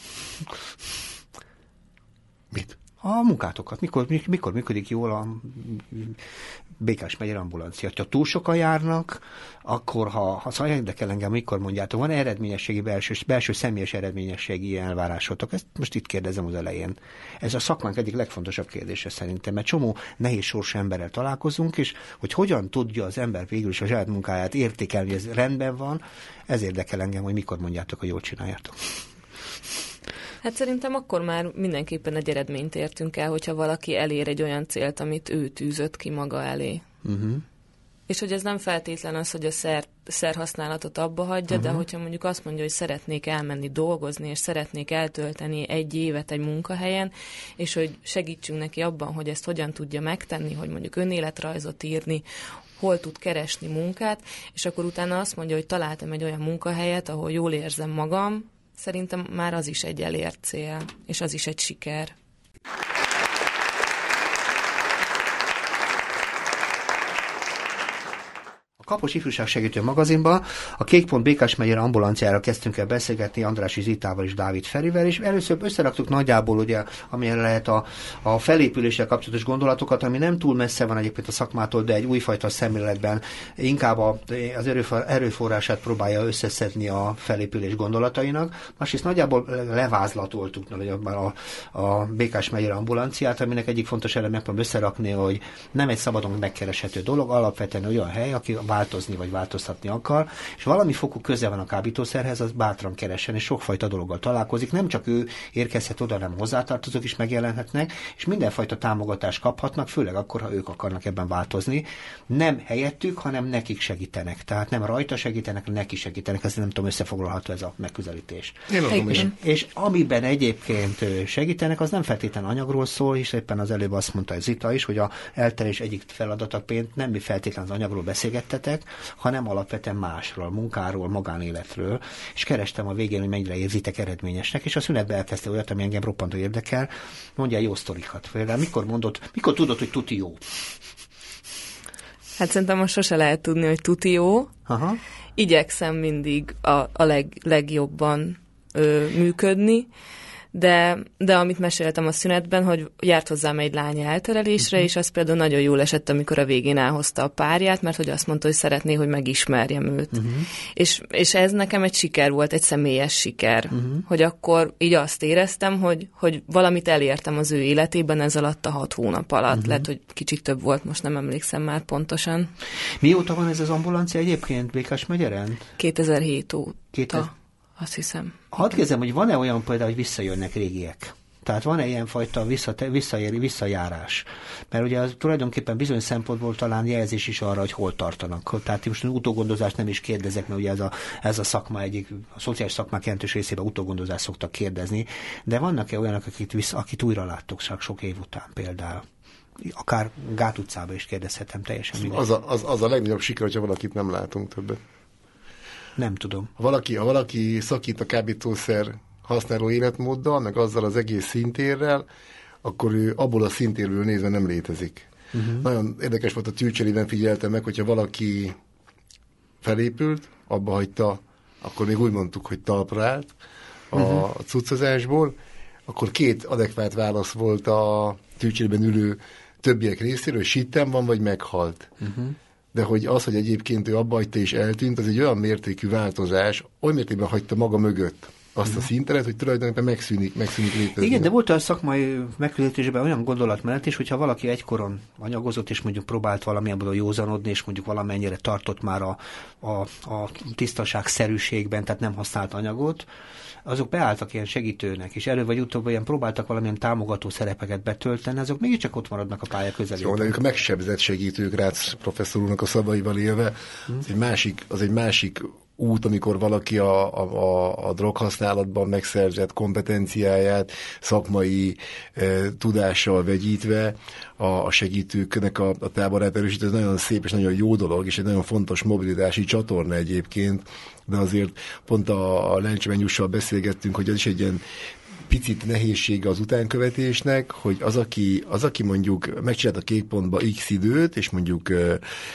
Mit? A munkátokat. Mikor, mikor működik jól a Békás megye ambulancia? Ha túl sokan járnak, akkor ha, ha szóval érdekel engem, mikor mondjátok, van eredményességi, belső, belső személyes eredményességi elvárásotok? Ezt most itt kérdezem az elején. Ez a szakmánk egyik legfontosabb kérdése szerintem, mert csomó nehéz sorsú emberrel találkozunk, és hogy hogyan tudja az ember végül is a saját munkáját értékelni, hogy ez rendben van, ez érdekel engem, hogy mikor mondjátok, hogy jól csináljátok. Hát szerintem akkor már mindenképpen egy eredményt értünk el, hogyha valaki elér egy olyan célt, amit ő tűzött ki maga elé. Uh-huh. És hogy ez nem feltétlen az, hogy a szer, szerhasználatot abba hagyja, uh-huh. de hogyha mondjuk azt mondja, hogy szeretnék elmenni dolgozni, és szeretnék eltölteni egy évet egy munkahelyen, és hogy segítsünk neki abban, hogy ezt hogyan tudja megtenni, hogy mondjuk önéletrajzot írni, hol tud keresni munkát, és akkor utána azt mondja, hogy találtam egy olyan munkahelyet, ahol jól érzem magam, szerintem már az is egy elért cél, és az is egy siker. A Kapos Ifjúság Segítő magazinban a Kék Pont Békás megyére ambulanciára kezdtünk el beszélgetni Andrássy Zitával és Dávid Ferivel, és először összeraktuk nagyjából, ugye, amilyen lehet a, a felépüléssel kapcsolatos gondolatokat, ami nem túl messze van egyébként a szakmától, de egy újfajta szemléletben inkább a, az erőforrását próbálja összeszedni a felépülés gondolatainak. Másrészt nagyjából levázlatoltuk a, a, a Békás megyére ambulanciát, aminek egyik fontos eleme megpróbálom összerakni, hogy nem egy szabadon megkereshető dolog, alapvetően olyan hely, aki változni vagy változtatni akar, és valami fokú köze van a kábítószerhez, az bátran keressen, és sokfajta dologgal találkozik. Nem csak ő érkezhet oda, hanem hozzátartozók is megjelenhetnek, és mindenfajta támogatást kaphatnak, főleg akkor, ha ők akarnak ebben változni. Nem helyettük, hanem nekik segítenek. Tehát nem rajta segítenek, neki segítenek. Ez nem tudom, összefoglalható ez a megközelítés. És, és amiben egyébként segítenek, az nem feltétlenül anyagról szól, és éppen az előbb azt mondta Zita is, hogy a elterés egyik feladataként nem mi feltétlenül az anyagról beszélgettetek, hanem alapvetően másról, munkáról, magánéletről, és kerestem a végén, hogy mennyire érzitek eredményesnek, és a szünetben elkezdte olyat, ami engem roppantó érdekel, mondja jó sztorikat. Például mikor mondod, mikor tudod, hogy tuti jó? Hát szerintem most sose lehet tudni, hogy tuti jó. Aha. Igyekszem mindig a, a leg, legjobban ö, működni, De, de amit meséltem a szünetben, hogy járt hozzám egy lány elterelésre, uh-huh. és az például nagyon jól esett, amikor a végén elhozta a párját, mert hogy azt mondta, hogy szeretné, hogy megismerjem őt. Uh-huh. És, és ez nekem egy siker volt, egy személyes siker, uh-huh. hogy akkor így azt éreztem, hogy, hogy valamit elértem az ő életében ez alatt a hat hónap alatt. Uh-huh. Lehet, hogy kicsit több volt, most nem emlékszem már pontosan. Mióta van ez az ambulancia egyébként Békás megyeren? kétezer-hét óta. kétezer Azt hiszem. Hadd kérdezem, hogy van-e olyan például, hogy visszajönnek régiek? Tehát van-e ilyenfajta visszaéri, visszajárás? Mert ugye az tulajdonképpen bizonyos szempontból talán jelzés is arra, hogy hol tartanak. Tehát most utógondozást nem is kérdezek, mert ugye ez a, ez a szakma egyik, a szociális szakmák jelentős részében utógondozást szoktak kérdezni, de vannak-e olyanok, akit, vissza, akit újra láttok sok év után például? Akár Gát utcába is kérdezhetem, teljesen mindegy. Az a, az, az a legnagyobb siker, hogyha valakit nem látunk többet. Nem tudom. Ha valaki, ha valaki szakít a kábítószer használó életmóddal, meg azzal az egész szintérrel, akkor ő abból a szintérről nézve nem létezik. Uh-huh. Nagyon érdekes volt, a Tűrcserében figyeltem meg, hogyha valaki felépült, abba hagyta, akkor még úgy mondtuk, hogy talpra állt a uh-huh. cuccozásból, akkor két adekvát válasz volt a Tűrcserében ülő többiek részéről, hogy sitten van, vagy meghalt. Uh-huh. De hogy az, hogy egyébként ő abba hagyta és eltűnt, az egy olyan mértékű változás, oly mértékben hagyta maga mögött azt a szintet, hogy tulajdonképpen megszűnik, megszűnik létezni. Igen, de volt a szakmai megközelítésben olyan gondolat mellett is, hogyha valaki egykoron anyagozott, és mondjuk próbált valamilyenből józanodni, és mondjuk valamennyire tartott már a, a, a tisztaságszerűségben, tehát nem használt anyagot, azok beálltak ilyen segítőnek, és elő vagy utóbb ilyen próbáltak valamilyen támogató szerepeket betölteni, azok mégiscsak ott maradnak a pálya közelében. Jó, de ők a megsebzett segítők, Rácz professzor úrnak a szavaival élve, hmm. az egy másik, az egy másik út, amikor valaki a, a, a droghasználatban megszerzett kompetenciáját szakmai e, tudással vegyítve a, a segítőknek a, a táborát erősít. Ez nagyon szép és nagyon jó dolog, és egy nagyon fontos mobilitási csatorna egyébként, de azért pont a, a Lencseben Jussal beszélgettünk, hogy az is egy ilyen picit nehézsége az utánkövetésnek, hogy az, aki, az, aki mondjuk megcsinált a Kékpontba X időt, és mondjuk uh,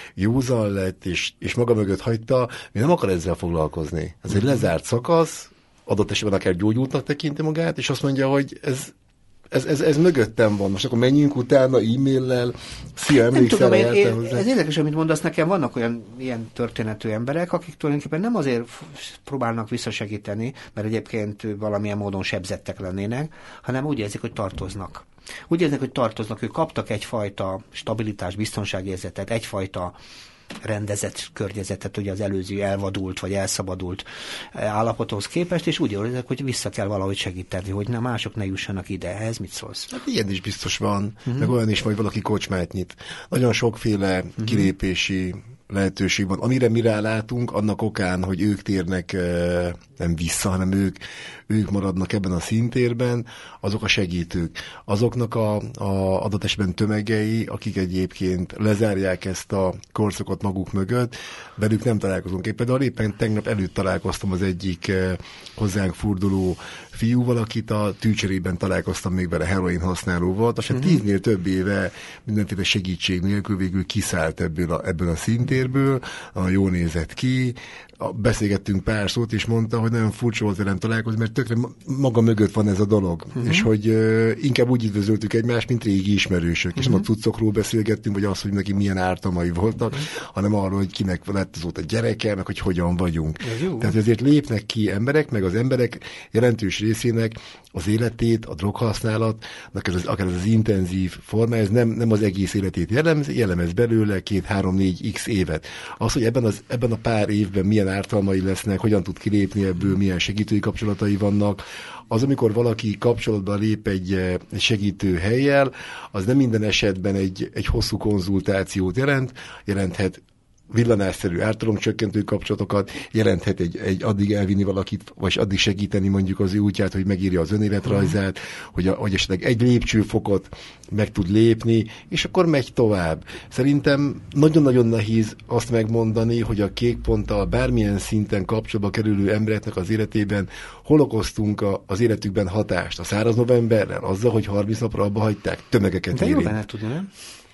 józan lett, és, és maga mögött hagyta, mi nem akar ezzel foglalkozni. Ez egy lezárt szakasz, adott esetben akár gyógyultnak tekinti magát, és azt mondja, hogy ez Ez, ez, ez mögöttem van. Most akkor menjünk utána e-maillel. Szia, emlékszel, én, én, ez érdekes, amit mondasz, nekem vannak olyan ilyen történetű emberek, akik tulajdonképpen nem azért próbálnak visszasegíteni, mert egyébként valamilyen módon sebzettek lennének, hanem úgy érzik, hogy tartoznak. Úgy érzik, hogy tartoznak, ők kaptak egyfajta stabilitás, biztonságérzetet, egyfajta rendezett környezetet, ugye az előző elvadult vagy elszabadult állapothoz képest, és úgy érzek, hogy vissza kell valahogy segíteni, hogy nem mások ne jussanak ide. Ehhez mit szólsz? Hát ilyen is biztos van, uh-huh. meg olyan is, hogy valaki kocsmát nyit. Nagyon sokféle uh-huh. kilépési lehetőség van. Amire mi rálátunk, annak okán, hogy ők térnek nem vissza, hanem ők, ők maradnak ebben a szintérben, azok a segítők. Azoknak a, a adott esetben tömegei, akik egyébként lezárják ezt a korszakot maguk mögött, velük nem találkozunk. Én például éppen tegnap előtt találkoztam az egyik hozzánk forduló fiúval, akit a tűcserében találkoztam még vele, heroin használó volt, és uh-huh. tíznél több éve mindenféle segítség nélkül végül kiszállt ebből a, ebből a szintérből, jól nézett ki, beszélgettünk pár szót, és mondta, hogy nagyon furcsa volt velem találkozni, mert tökre maga mögött van ez a dolog. Uh-huh. És hogy uh, inkább úgy üdvözöltük egymást, mint régi ismerősök. Uh-huh. És nem a cuccokról beszélgettünk, vagy az, hogy neki milyen ártamai voltak, uh-huh. hanem arról, hogy kinek lett azóta gyereke, meg hogy hogyan vagyunk. Tehát azért lépnek ki emberek, meg az emberek jelentős részének az életét, a droghasználatnak ez az, akár ez az intenzív forma, ez nem, nem az egész életét jellemez, jellemez belőle két, három, négy x évet. Az, hogy ebben, az, ebben a pár évben milyen ártalmai lesznek, hogyan tud kilépni ebből, milyen segítői kapcsolatai vannak, az, amikor valaki kapcsolatban lép egy, egy segítő hellyel, az nem minden esetben egy, egy hosszú konzultációt jelent, jelenthet villanásszerű ártalomcsökkentő kapcsolatokat, jelenthet egy, egy addig elvinni valakit, vagy addig segíteni mondjuk az ő útját, hogy megírja az önéletrajzát, hogy, a, hogy esetleg egy lépcsőfokot meg tud lépni, és akkor megy tovább. Szerintem nagyon-nagyon nehéz azt megmondani, hogy a Kékponttal bármilyen szinten kapcsolatba kerülő embereknek az életében hol okoztunk a, az életükben hatást. A száraz novemberrel, azzal, hogy harminc napra abba hagyták, tömegeket de érint. De jó benne tudni, nem?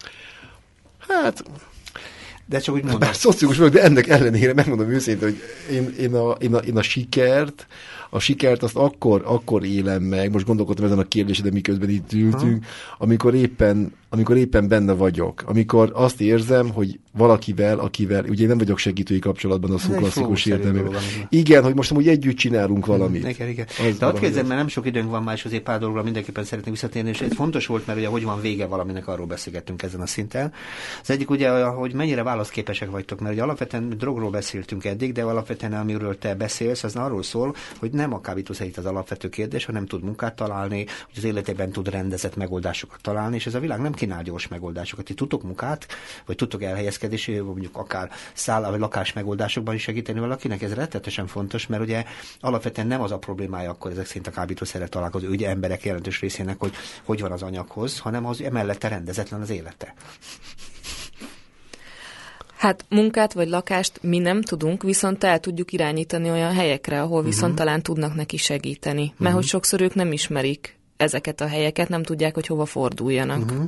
Hát... De csak úgy mondom. Bár szociós vagyok, de ennek ellenére megmondom őszintén, hogy én, én, a, én, a, én a sikert, a sikert azt akkor, akkor élem meg, most gondolkodtam ezen a kérdéseden, miközben itt ültünk, ha. amikor éppen, amikor éppen benne vagyok. Amikor azt érzem, hogy valakivel, akivel, ugye én nem vagyok segítői kapcsolatban a szó klasszikus értelmében. Igen, hogy most amúgy együtt csinálunk valamit. Hmm, igen, igen. Az de ott kérdezem, mert nem sok időnk van már, és azért pár dologra mindenképpen szeretnék visszatérni, és ez fontos volt, mert ugye hogy van vége valaminek, arról beszélgettünk ezen a szinten. Az egyik ugye, hogy mennyire válaszképesek vagytok, mert ugye alapvetően drogról beszéltünk eddig, de alapvetően amiről te beszélsz, az arról szól, hogy nem a kábítószer itt az alapvető kérdés, hanem tud munkát találni, hogy az életében tud rendezett megoldásokat találni, és ez a világ nem kínál gyors megoldásokat. Ti tudtok munkát, vagy tudtok elhelyezkedési, vagy mondjuk akár szállá vagy lakás megoldásokban is segíteni valakinek, ez rettetesen fontos, mert ugye alapvetően nem az a problémája akkor ezek szerint a kábítószerrel találkozó ugye emberek jelentős részének, hogy hogy van az anyaghoz, hanem az emellette rendezetlen az élete. Hát munkát vagy lakást mi nem tudunk, viszont el tudjuk irányítani olyan helyekre, ahol viszont uh-huh. talán tudnak neki segíteni. Mert uh-huh. hogy sokszor ők nem ismerik ezeket a helyeket, nem tudják, hogy hova forduljanak. Uh-huh.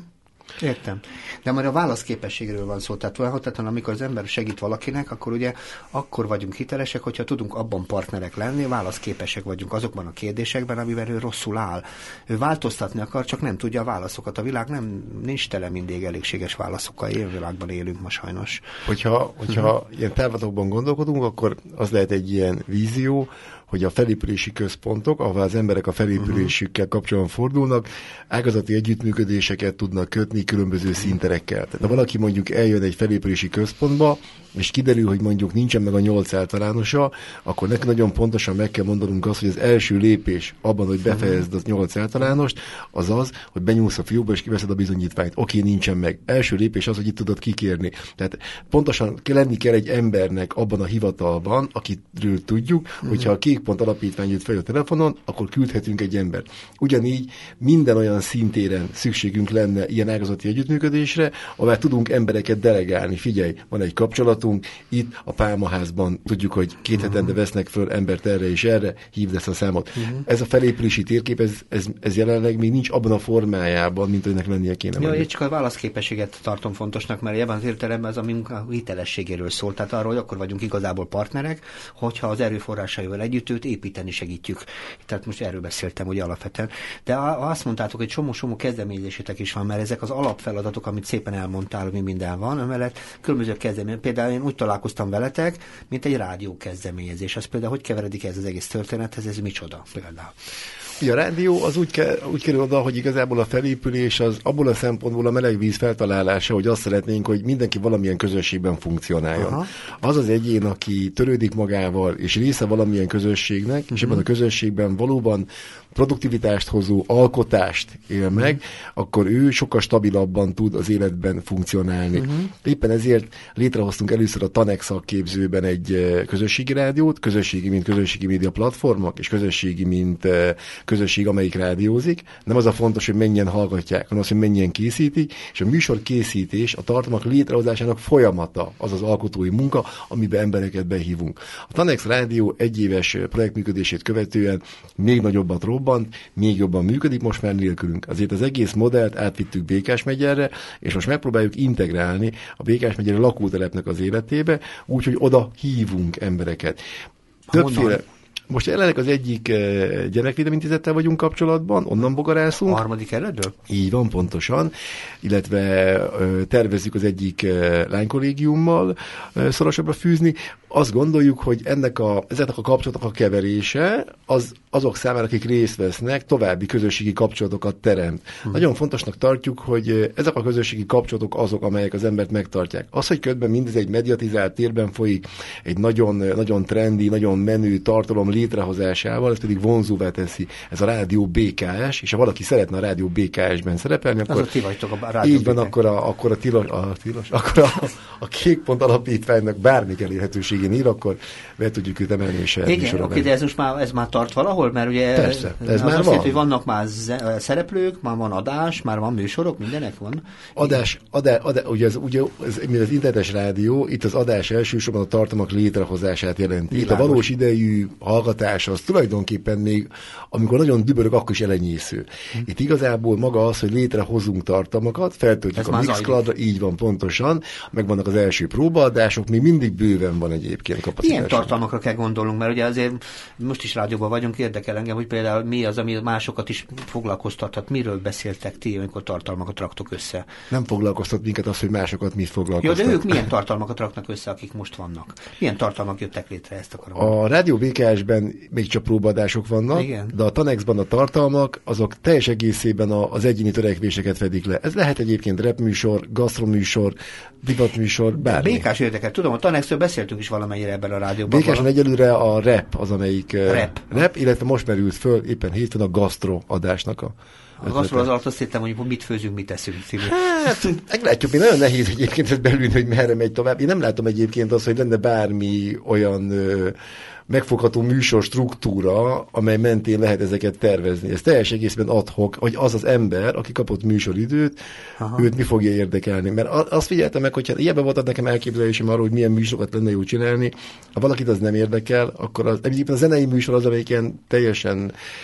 Értem. De már a válaszképességről van szó. Tehát tulajdonképpen, amikor az ember segít valakinek, akkor ugye akkor vagyunk hitelesek, hogyha tudunk abban partnerek lenni, válaszképesek vagyunk azokban a kérdésekben, amivel ő rosszul áll. Ő változtatni akar, csak nem tudja a válaszokat. A világ nem nincs tele mindig elégséges válaszokkal. Ilyen világban élünk ma sajnos. Hogyha, hogyha uh-huh. ilyen távlatokban gondolkodunk, akkor az lehet egy ilyen vízió, hogy a felépülési központok, ahol az emberek a felépülésükkel kapcsolatban fordulnak, ágazati együttműködéseket tudnak kötni különböző színterekkel. Tehát ha valaki mondjuk eljön egy felépülési központba, és kiderül, hogy mondjuk nincsen meg a nyolc általánosa, akkor neki nagyon pontosan meg kell mondanunk azt, hogy az első lépés abban, hogy befejezd az nyolc általánost, az az, hogy benyúlsz a fiúkba, és kiveszed a bizonyítványt. Oké, nincsen meg. Első lépés az, hogy itt tudod kikérni. Tehát pontosan lenni kell egy embernek abban a hivatalban, akitről tudjuk, uh-huh. hogyha a Kék Pont Alapítvány jött fel a telefonon, akkor küldhetünk egy embert. Ugyanígy minden olyan szintéren szükségünk lenne ilyen ágazati együttműködésre, ahol tudunk embereket delegálni. Figyelj, van egy kapcsolatunk, itt a Pálmaházban tudjuk, hogy két hetente vesznek föl embert erre és erre, hívd ezt a számot. Uh-huh. Ez a felépülési térkép, ez, ez, ez jelenleg még nincs abban a formájában, mint hogy lennie kéne. Ja, én csak a válaszképességet tartom fontosnak, mert ebben az értelemben az a munka hitelességéről szól. Tehát arról, hogy akkor vagyunk igazából partnerek, hogyha az erőforrásaival együtt őt építeni segítjük. Tehát most erről beszéltem, hogy alapvetően. De azt mondtátok, hogy csomó-csomó kezdeményezésetek is van, mert ezek az alapfeladatok, amit szépen elmondtál, mi minden van, emellett különböző kezdeményezések. Például én úgy találkoztam veletek, mint egy rádió kezdeményezés. Az például hogy keveredik ez az egész történethez, ez micsoda például? A rádió az úgy, ke, úgy kerül oda, hogy igazából a felépülés az abból a szempontból a melegvíz feltalálása, hogy azt szeretnénk, hogy mindenki valamilyen közösségben funkcionáljon. Aha. Az az egyén, aki törődik magával, és része valamilyen közösségnek, uh-huh. és ebben a közösségben valóban produktivitást hozó alkotást él meg, uh-huh. akkor ő sokkal stabilabban tud az életben funkcionálni. Uh-huh. Éppen ezért létrehoztunk először a Tanex szakképzőben egy közösségi rádiót, közösségi, mint közösségi média platformok, és közösségi, mint közösség, amelyik rádiózik. Nem az a fontos, hogy mennyien hallgatják, hanem az, hogy mennyien készítik, és a műsor készítés, a tartalmak létrehozásának folyamata, az az alkotói munka, amiben embereket behívunk. A Tanex Rádió egyéves projektműködését követően még nagyobbat robbant, még jobban működik most már nélkülünk. Azért az egész modellt átvittük Békás megyerre, és most megpróbáljuk integrálni a Békás megyeri lakótelepnek az életébe, úgyhogy oda hívunk embereket. Többféle... Most jelenleg az egyik uh, gyerekvédelmi intézettel vagyunk kapcsolatban, onnan bogarászunk. A harmadik eredő? Így van, pontosan. Illetve uh, tervezzük az egyik uh, lánykollégiummal uh, szorosabbra fűzni. Azt gondoljuk, hogy ennek a, ezeknek a kapcsolatoknak a keverése az, azok számára, akik részt vesznek, további közösségi kapcsolatokat teremt. Hmm. Nagyon fontosnak tartjuk, hogy ezek a közösségi kapcsolatok azok, amelyek az embert megtartják. Az, hogy közben mindez egy mediatizált térben folyik, egy nagyon, nagyon trendi, nagyon menő tartalom létrehozásával, ez pedig vonzóvá teszi. Ez a Rádió bé ká es, és ha valaki szeretne a Rádió bé ká es-ben szerepelni, akkor... Az a ti vagytok a Rádió így van, akkor a, akkor a, tilos, a, tilos, akkor a, a Kék Pont Alapítványnak bármik elérhetőségén ír, akkor be tudjuk őt emelni és igen, oké, de ez most már, ez már tart valahol, mert ugye persze, ez már azt van. jelenti, hogy vannak már szereplők, már van adás, már van műsorok, mindenek van. Adás, adás, adás ugye, ez, ugye ez, az internetes rádió, itt az adás elsősorban a tartalmak létrehozását jelenti. Világos. Itt a valós idejű hallgatás az tulajdonképpen még, amikor nagyon dübörög, akkor is elenyésző. Hm. Itt igazából maga az, hogy létrehozunk tartalmakat, feltöltjük ez a Mixcloudra, így van pontosan, megvannak az első próbaadások, még mindig bőven van egyébként kapacitás. Milyen tartalmakra kell gondolnunk, mert ugye azért most is rádióban vagyunk, érdekel engem, hogy például mi az, ami másokat is foglalkoztathat. Miről beszéltek ti, amikor tartalmakat raktok össze? Nem foglalkoztat minket az, hogy másokat mit foglalkoztat. Jó, de ők milyen tartalmakat raknak össze, akik most vannak? Milyen tartalmak jöttek létre, ezt akarom? A Rádió bé ká es-ben még csak próbaadások vannak, igen. De a Tanexban a tartalmak, azok teljes egészében a, az egyéni törekvéseket fedik le. Ez lehet egyébként repműsor, gasztroműsor, divatműsor, bármi. bé ká-s érdekel. Tudom, a Tanexről beszéltünk is valamennyire ebben a rádióban. bé ká-sen egyelőre a rep az, amelyik rep. rep, illetve most merült föl éppen hétfőn a gasztro adásnak a A gasztro az alatt azt hittem, hogy mit főzünk, mit teszünk. Hát, meglátjuk, még nagyon nehéz egyébként ezt belülni, hogy merre megy tovább. Én nem látom egyébként azt, hogy lenne bármi olyan ö, megfogható műsor struktúra, amely mentén lehet ezeket tervezni. Ez teljes egészben ad hoc, hogy az az ember, aki kapott műsoridőt, aha. őt mi fogja érdekelni. Mert azt figyeltem meg, hogyha ilyenben volt nekem elképzelésem arról, hogy milyen műsorokat lenne jó csinálni, ha valakit az nem érdekel, akkor az, egyébként a zenei műsor az, amelyik ilyen teljesen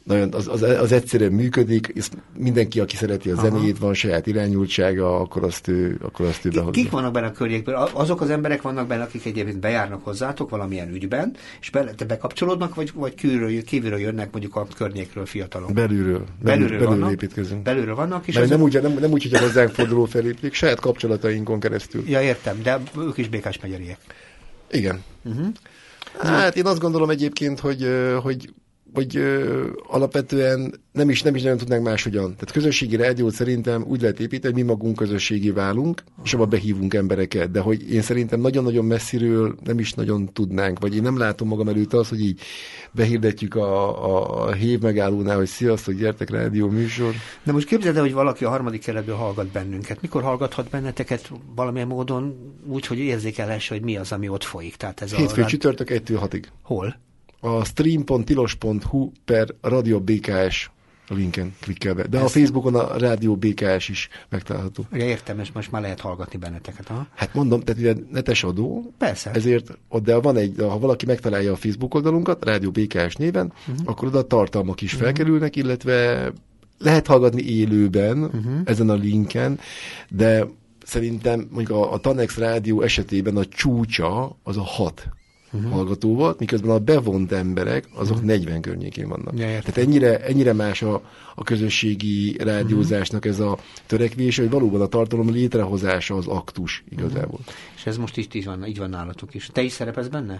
nagyon, az, az, az egyszerűen működik, és mindenki, aki szereti a zenét, van saját irányultsága, akkor azt ő, akkor azt ő behozza. Kik vannak benne a környékben? Azok az emberek vannak benne, akik egyébként bejárnak hozzátok valamilyen ügyben, és be, te bekapcsolódnak, vagy, vagy kívülről, kívülről jönnek mondjuk a környékről fiatalok? Belülről. Belülről, belülről vannak, építkezünk. Belülről vannak. És Mert nem, úgy, nem, nem úgy, hogy a hozzánk forduló felépítik, saját kapcsolatainkon keresztül. Ja, értem, de ők is Békás megyeriek. Igen. Uh-huh. Hát én azt gondolom egyébként, hogy, hogy hogy ö, alapvetően nem is, nem is nagyon tudnánk máshogyan. Tehát közösségi rádiót szerintem úgy lehet építeni, hogy mi magunk közösségi válunk, és abba behívunk embereket. De hogy én szerintem nagyon-nagyon messziről nem is nagyon tudnánk, vagy én nem látom magam előtt azt, hogy így behirdetjük a, a, a hév megállónál, hogy sziasztok, gyertek rádió műsor. De most képzeld el, hogy valaki a harmadik keretből hallgat bennünket. Mikor hallgathat benneteket valamilyen módon úgy, hogy érzékelhesse, hogy mi az, ami ott folyik? Tehát ez Hétfő a... csütörtök egytől hatig. Hol? A stream pont tilos pont hu per Radio bé ká es a linken klikkelve. De Ezt... a Facebookon a Rádió bé ká es is megtalálható. Ugye értem, és most már lehet hallgatni benneteket. Aha. Hát mondom, tehát ugye netes adó. Persze. Ezért, de van egy, ha valaki megtalálja a Facebook oldalunkat, Rádió bé ká es néven, uh-huh. akkor oda a tartalmak is uh-huh. felkerülnek, illetve lehet hallgatni élőben uh-huh. ezen a linken, de szerintem mondjuk a, a Tanex Rádió esetében a csúcsa az a hat. Uh-huh. hallgató volt, miközben a bevont emberek azok uh-huh. negyven környékén vannak. Ja, tehát ennyire, ennyire más a, a közösségi rádiózásnak ez a törekvése, hogy valóban a tartalom létrehozása az aktus igazából. Uh-huh. És ez most így, így, van, így van nálatok is. Te is szerepelsz benne?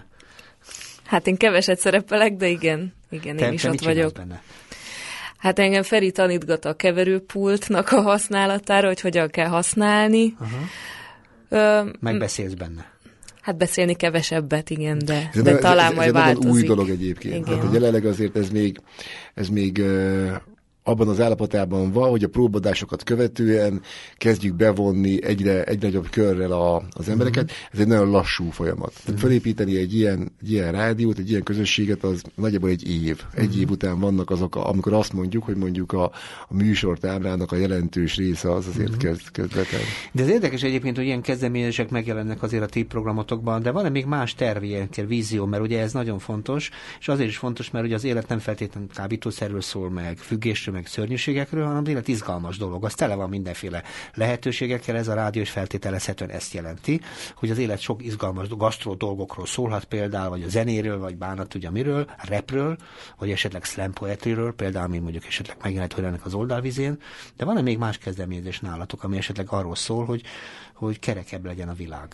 Hát én keveset szerepelek, de igen, igen, te, én is te ott vagyok. Benne? Hát engem Feri tanítgat a keverőpultnak a használatára, hogy hogyan kell használni. Uh-huh. Ö, Megbeszélsz benne? Hát beszélni kevesebbet, igen, de, ez de ez, talán ez, majd ez változik. Ez egy új dolog egyébként. Hát, jelenleg azért ez még, ez még uh, abban az állapotában van, hogy a próbadásokat követően kezdjük bevonni egyre, egyre nagyobb körrel a, az embereket. Uh-huh. Ez egy nagyon lassú folyamat. Uh-huh. Tehát felépíteni egy ilyen, egy ilyen rádiót, egy ilyen közösséget, az nagyjából egy év. Egy uh-huh. év után vannak azok, amikor azt mondjuk, hogy mondjuk a, a műsortáblának a jelentős része az azért uh-huh. kezd, kezd betelni. De ez érdekes egyébként, hogy ilyen kezdeményezések megjelennek azért a ti programotokban, de van-e még más terv, ilyen vízió, mert ugye ez nagyon fontos, és azért is fontos, mert ugye az élet nem feltétlenül kábítószerről szól, meg függésről, meg szörnyűségekről, hanem az élet izgalmas dolog. Az tele van mindenféle lehetőségekkel, ez a rádió is feltételezhetően ezt jelenti, hogy az élet sok izgalmas gasztró dolgokról szólhat például, vagy a zenéről, vagy bánat tudja miről, rapről, vagy esetleg slam poetryről, például, ami mondjuk esetleg megjelent ennek az oldalvizén, de van-e még más kezdeményezés nálatok, ami esetleg arról szól, hogy, hogy kerekebb legyen a világ?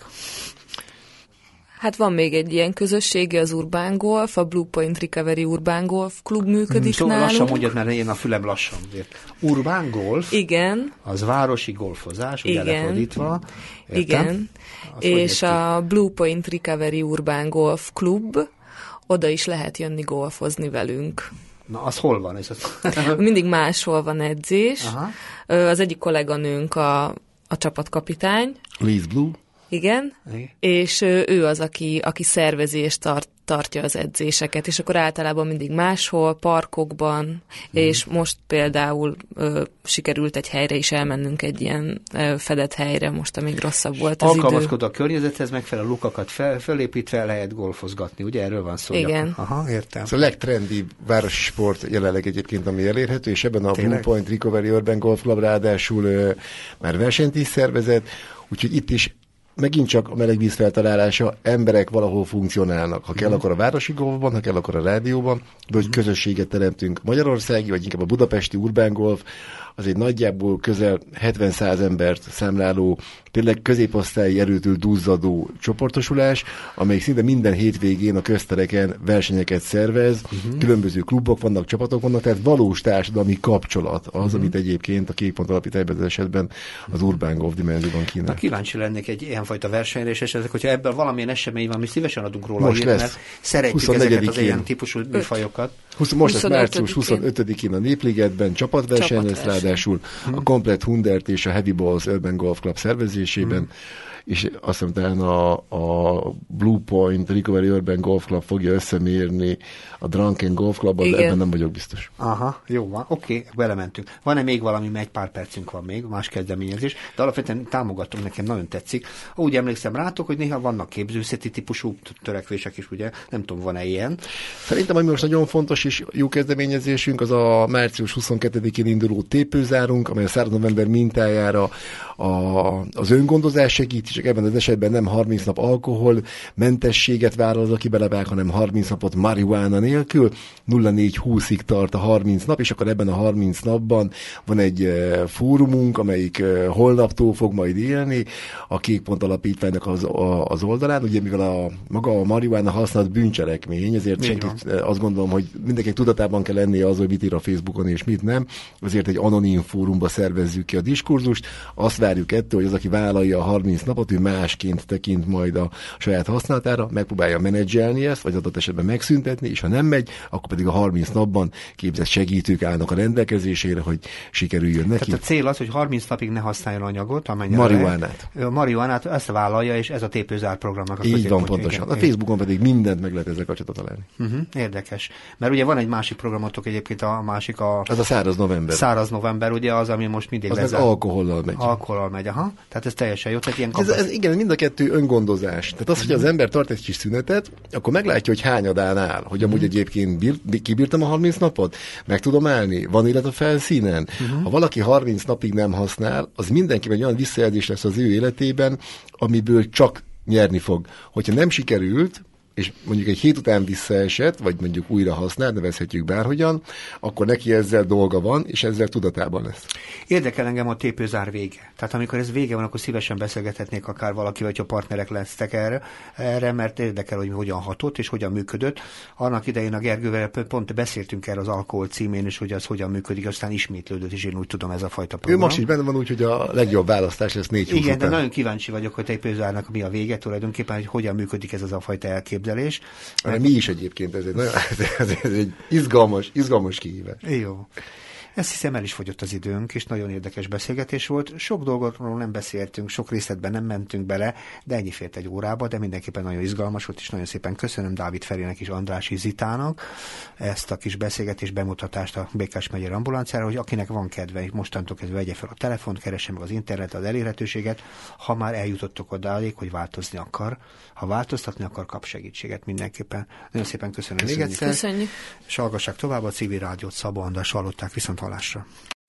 Hát van még egy ilyen közössége, az Urbán Golf, a Blue Point Recovery Urbán Golf klub működik hmm, nálunk. Lassan mondjad, mert én a fülem lassan. Urbán Golf? Igen. Az városi golfozás, ugye lefordítva. Értem? Igen. Azt és a Blue Point Recovery Urbán Golf klub, oda is lehet jönni golfozni velünk. Na, az hol van? És az... Mindig máshol van edzés. Aha. Az egyik kolléganőnk a, a csapatkapitány. Liz Blue. Igen, Igen, és ő az, aki, aki szervezi és tart, tartja az edzéseket, és akkor általában mindig máshol, parkokban, mm. és most például ö, sikerült egy helyre is elmennünk, egy ilyen ö, fedett helyre, most amíg rosszabb volt az idő. Alkalmazkodva a környezethez, megfelelő lukakat fel, felépítve lehet golfozgatni, ugye erről van szó? Igen. Gyakor. Aha, értem. Ez a legtrendibb városi sport jelenleg egyébként, ami elérhető, és ebben a Tényleg? Blue Point Recovery Urban Golf Club ráadásul ö, már versenyt is szervezett, úgyhogy itt is megint csak a melegvíz feltalálása, emberek valahol funkcionálnak. Ha kell, mm. akkor a városi golfban, ha kell, akkor a rádióban, de hogy közösséget teremtünk magyarországi, vagy inkább a budapesti Urbán Golf, az egy nagyjából közel hetven-száz embert számláló, tényleg középosztályi erőtől duzzadó csoportosulás, amelyik szinte minden hétvégén a köztereken versenyeket szervez, uh-huh. különböző klubok vannak, csapatok vannak, tehát valós társadalmi kapcsolat az, uh-huh. amit egyébként a Kék Pont Alapítvány az esetben az Urbán Golf dimenzióban kínál. Na, kíváncsi lennék egy ilyenfajta versenyre, és esetleg, hogyha ebből valamilyen esemény van, mi szívesen adunk róla most hírt, lesz. Mert szeretjük ezeket az ilyen típusú műfajokat. Most lesz március huszonötödikén a Népligetben csapatverseny lesz ráadásul uh-huh. a Komplett Hundert és a Heavy Balls Urban Golf Club szervezésében, uh-huh. és azt hiszem, talán a, a Blue Point Recovery Urban Golf Club fogja összemérni a Drunken Golf Clubban, de ebben nem vagyok biztos. Aha, jó van, oké, okay, belementünk. Van-e még valami, egy pár percünk van még, más kezdeményezés, de alapvetően támogatom, nekem nagyon tetszik. Úgy emlékszem rátok, hogy néha vannak képzőszeti típusú törekvések is, ugye? Nem tudom, van-e ilyen? Szerintem, ami most nagyon fontos és jó kezdeményezésünk, az a március huszonkettedikén induló tépőzárunk, amely a száraz november mintájára a, az öngondozás segít, csak ebben az esetben nem harminc nap alkohol mentességet vállal az, aki belevág, hanem harminc napot marihuána nélkül, nulla négy húszig tart a harminc nap, és akkor ebben a harminc napban van egy e, fórumunk, amelyik e, holnaptól fog majd élni a Kék Pont Alapítványnak az, a, az oldalán. Ugye mivel a maga a marihuána használat bűncselekmény, ezért senkit, azt gondolom, hogy mindenkinek tudatában kell lennie az, hogy mit ír a Facebookon és mit nem. Azért egy anonim fórumba szervezzük ki a diskurzust. Azt várjuk ettől, hogy az, aki vállalja a harminc napot, ő másként tekint majd a saját használatára, megpróbálja menedzselni ezt, vagy adott esetben megszüntetni, és ha nem megy, akkor pedig a harminc napban képzett segítők állnak a rendelkezésére, hogy sikerüljön neki. Tehát a cél az, hogy harminc napig ne használjon anyagot, amennyire marihuánát. A marihuánát ezt vállalja, és ez a tépőzár programnak a így van, pontosan. Igen. A Facebookon pedig mindent meg lehet ezzel kapcsolatban találni. Uh-huh, érdekes. Mert ugye van egy másik programotok egyébként, a másik a... Az a száraz november. Száraz november, ugye az, ami most mindig az vezet. Az alkohollal megy. Alkohollal megy, aha. Tehát ez teljesen jó. Tehát ilyen ez, ez, igen, mind a kettő öngondozás. Tehát az, hogy az ember tart egy kis szünetet, akkor meglátja, hogy hányadán áll. Hogy amúgy uh-huh. egyébként bír, kibírtam a harminc napot, meg tudom állni, van élet a felszínen. Uh-huh. Ha valaki harminc napig nem használ, az mindenkiben egy olyan visszajelzés lesz az ő életében, amiből csak nyerni fog. Hogyha nem sikerült, és mondjuk egy hét után visszaesett, vagy mondjuk újra használ, nevezhetjük bárhogyan, akkor neki ezzel dolga van, és ezzel tudatában lesz. Érdekel engem a tépőzár vége. Tehát amikor ez vége van, akkor szívesen beszélgethetnék akár valaki, vagy ha partnerek lesztek erre, erre, mert érdekel, hogy hogyan hatott, és hogyan működött. Annak idején a Gergővel pont beszéltünk erre az alkohol címén, és hogy az hogyan működik, aztán ismétlődött, és én úgy tudom, ez a fajta program. Ő most is benne van úgy, hogy a legjobb választás lesz négy húsz igen, után. de nagyon kíváncsi vagyok, hogy tépőzárnak mi a vége tulajdonképpen, hogy hogyan működik ez az a fajta elképzelés. Mert mi is egyébként, ez egy, nagyon, ez egy izgalmas, izgalmas kihívás. Jó. Ezt hiszem, el is fogyott az időnk, és nagyon érdekes beszélgetés volt. Sok dolgokról nem beszéltünk, sok részletben nem mentünk bele, de ennyi fért egy órába, de mindenképpen nagyon izgalmas volt, és nagyon szépen köszönöm Dávid Ferének és Andrássy Zitának ezt a kis beszélgetés bemutatást a Békás megye ambulanciára, hogy akinek van kedve, mostantól kezdve vegye fel a telefont, keresse meg az internet, az elérhetőséget, ha már eljutottok odáig, hogy változni akar. Ha változtatni akar, kap segítséget mindenképpen. Nagyon szépen köszönöm. Köszönjük. Még egyszer. Köszönjük. És hallgassák tovább a Civil Rádiót, Szabó András hallották, viszont hallásra.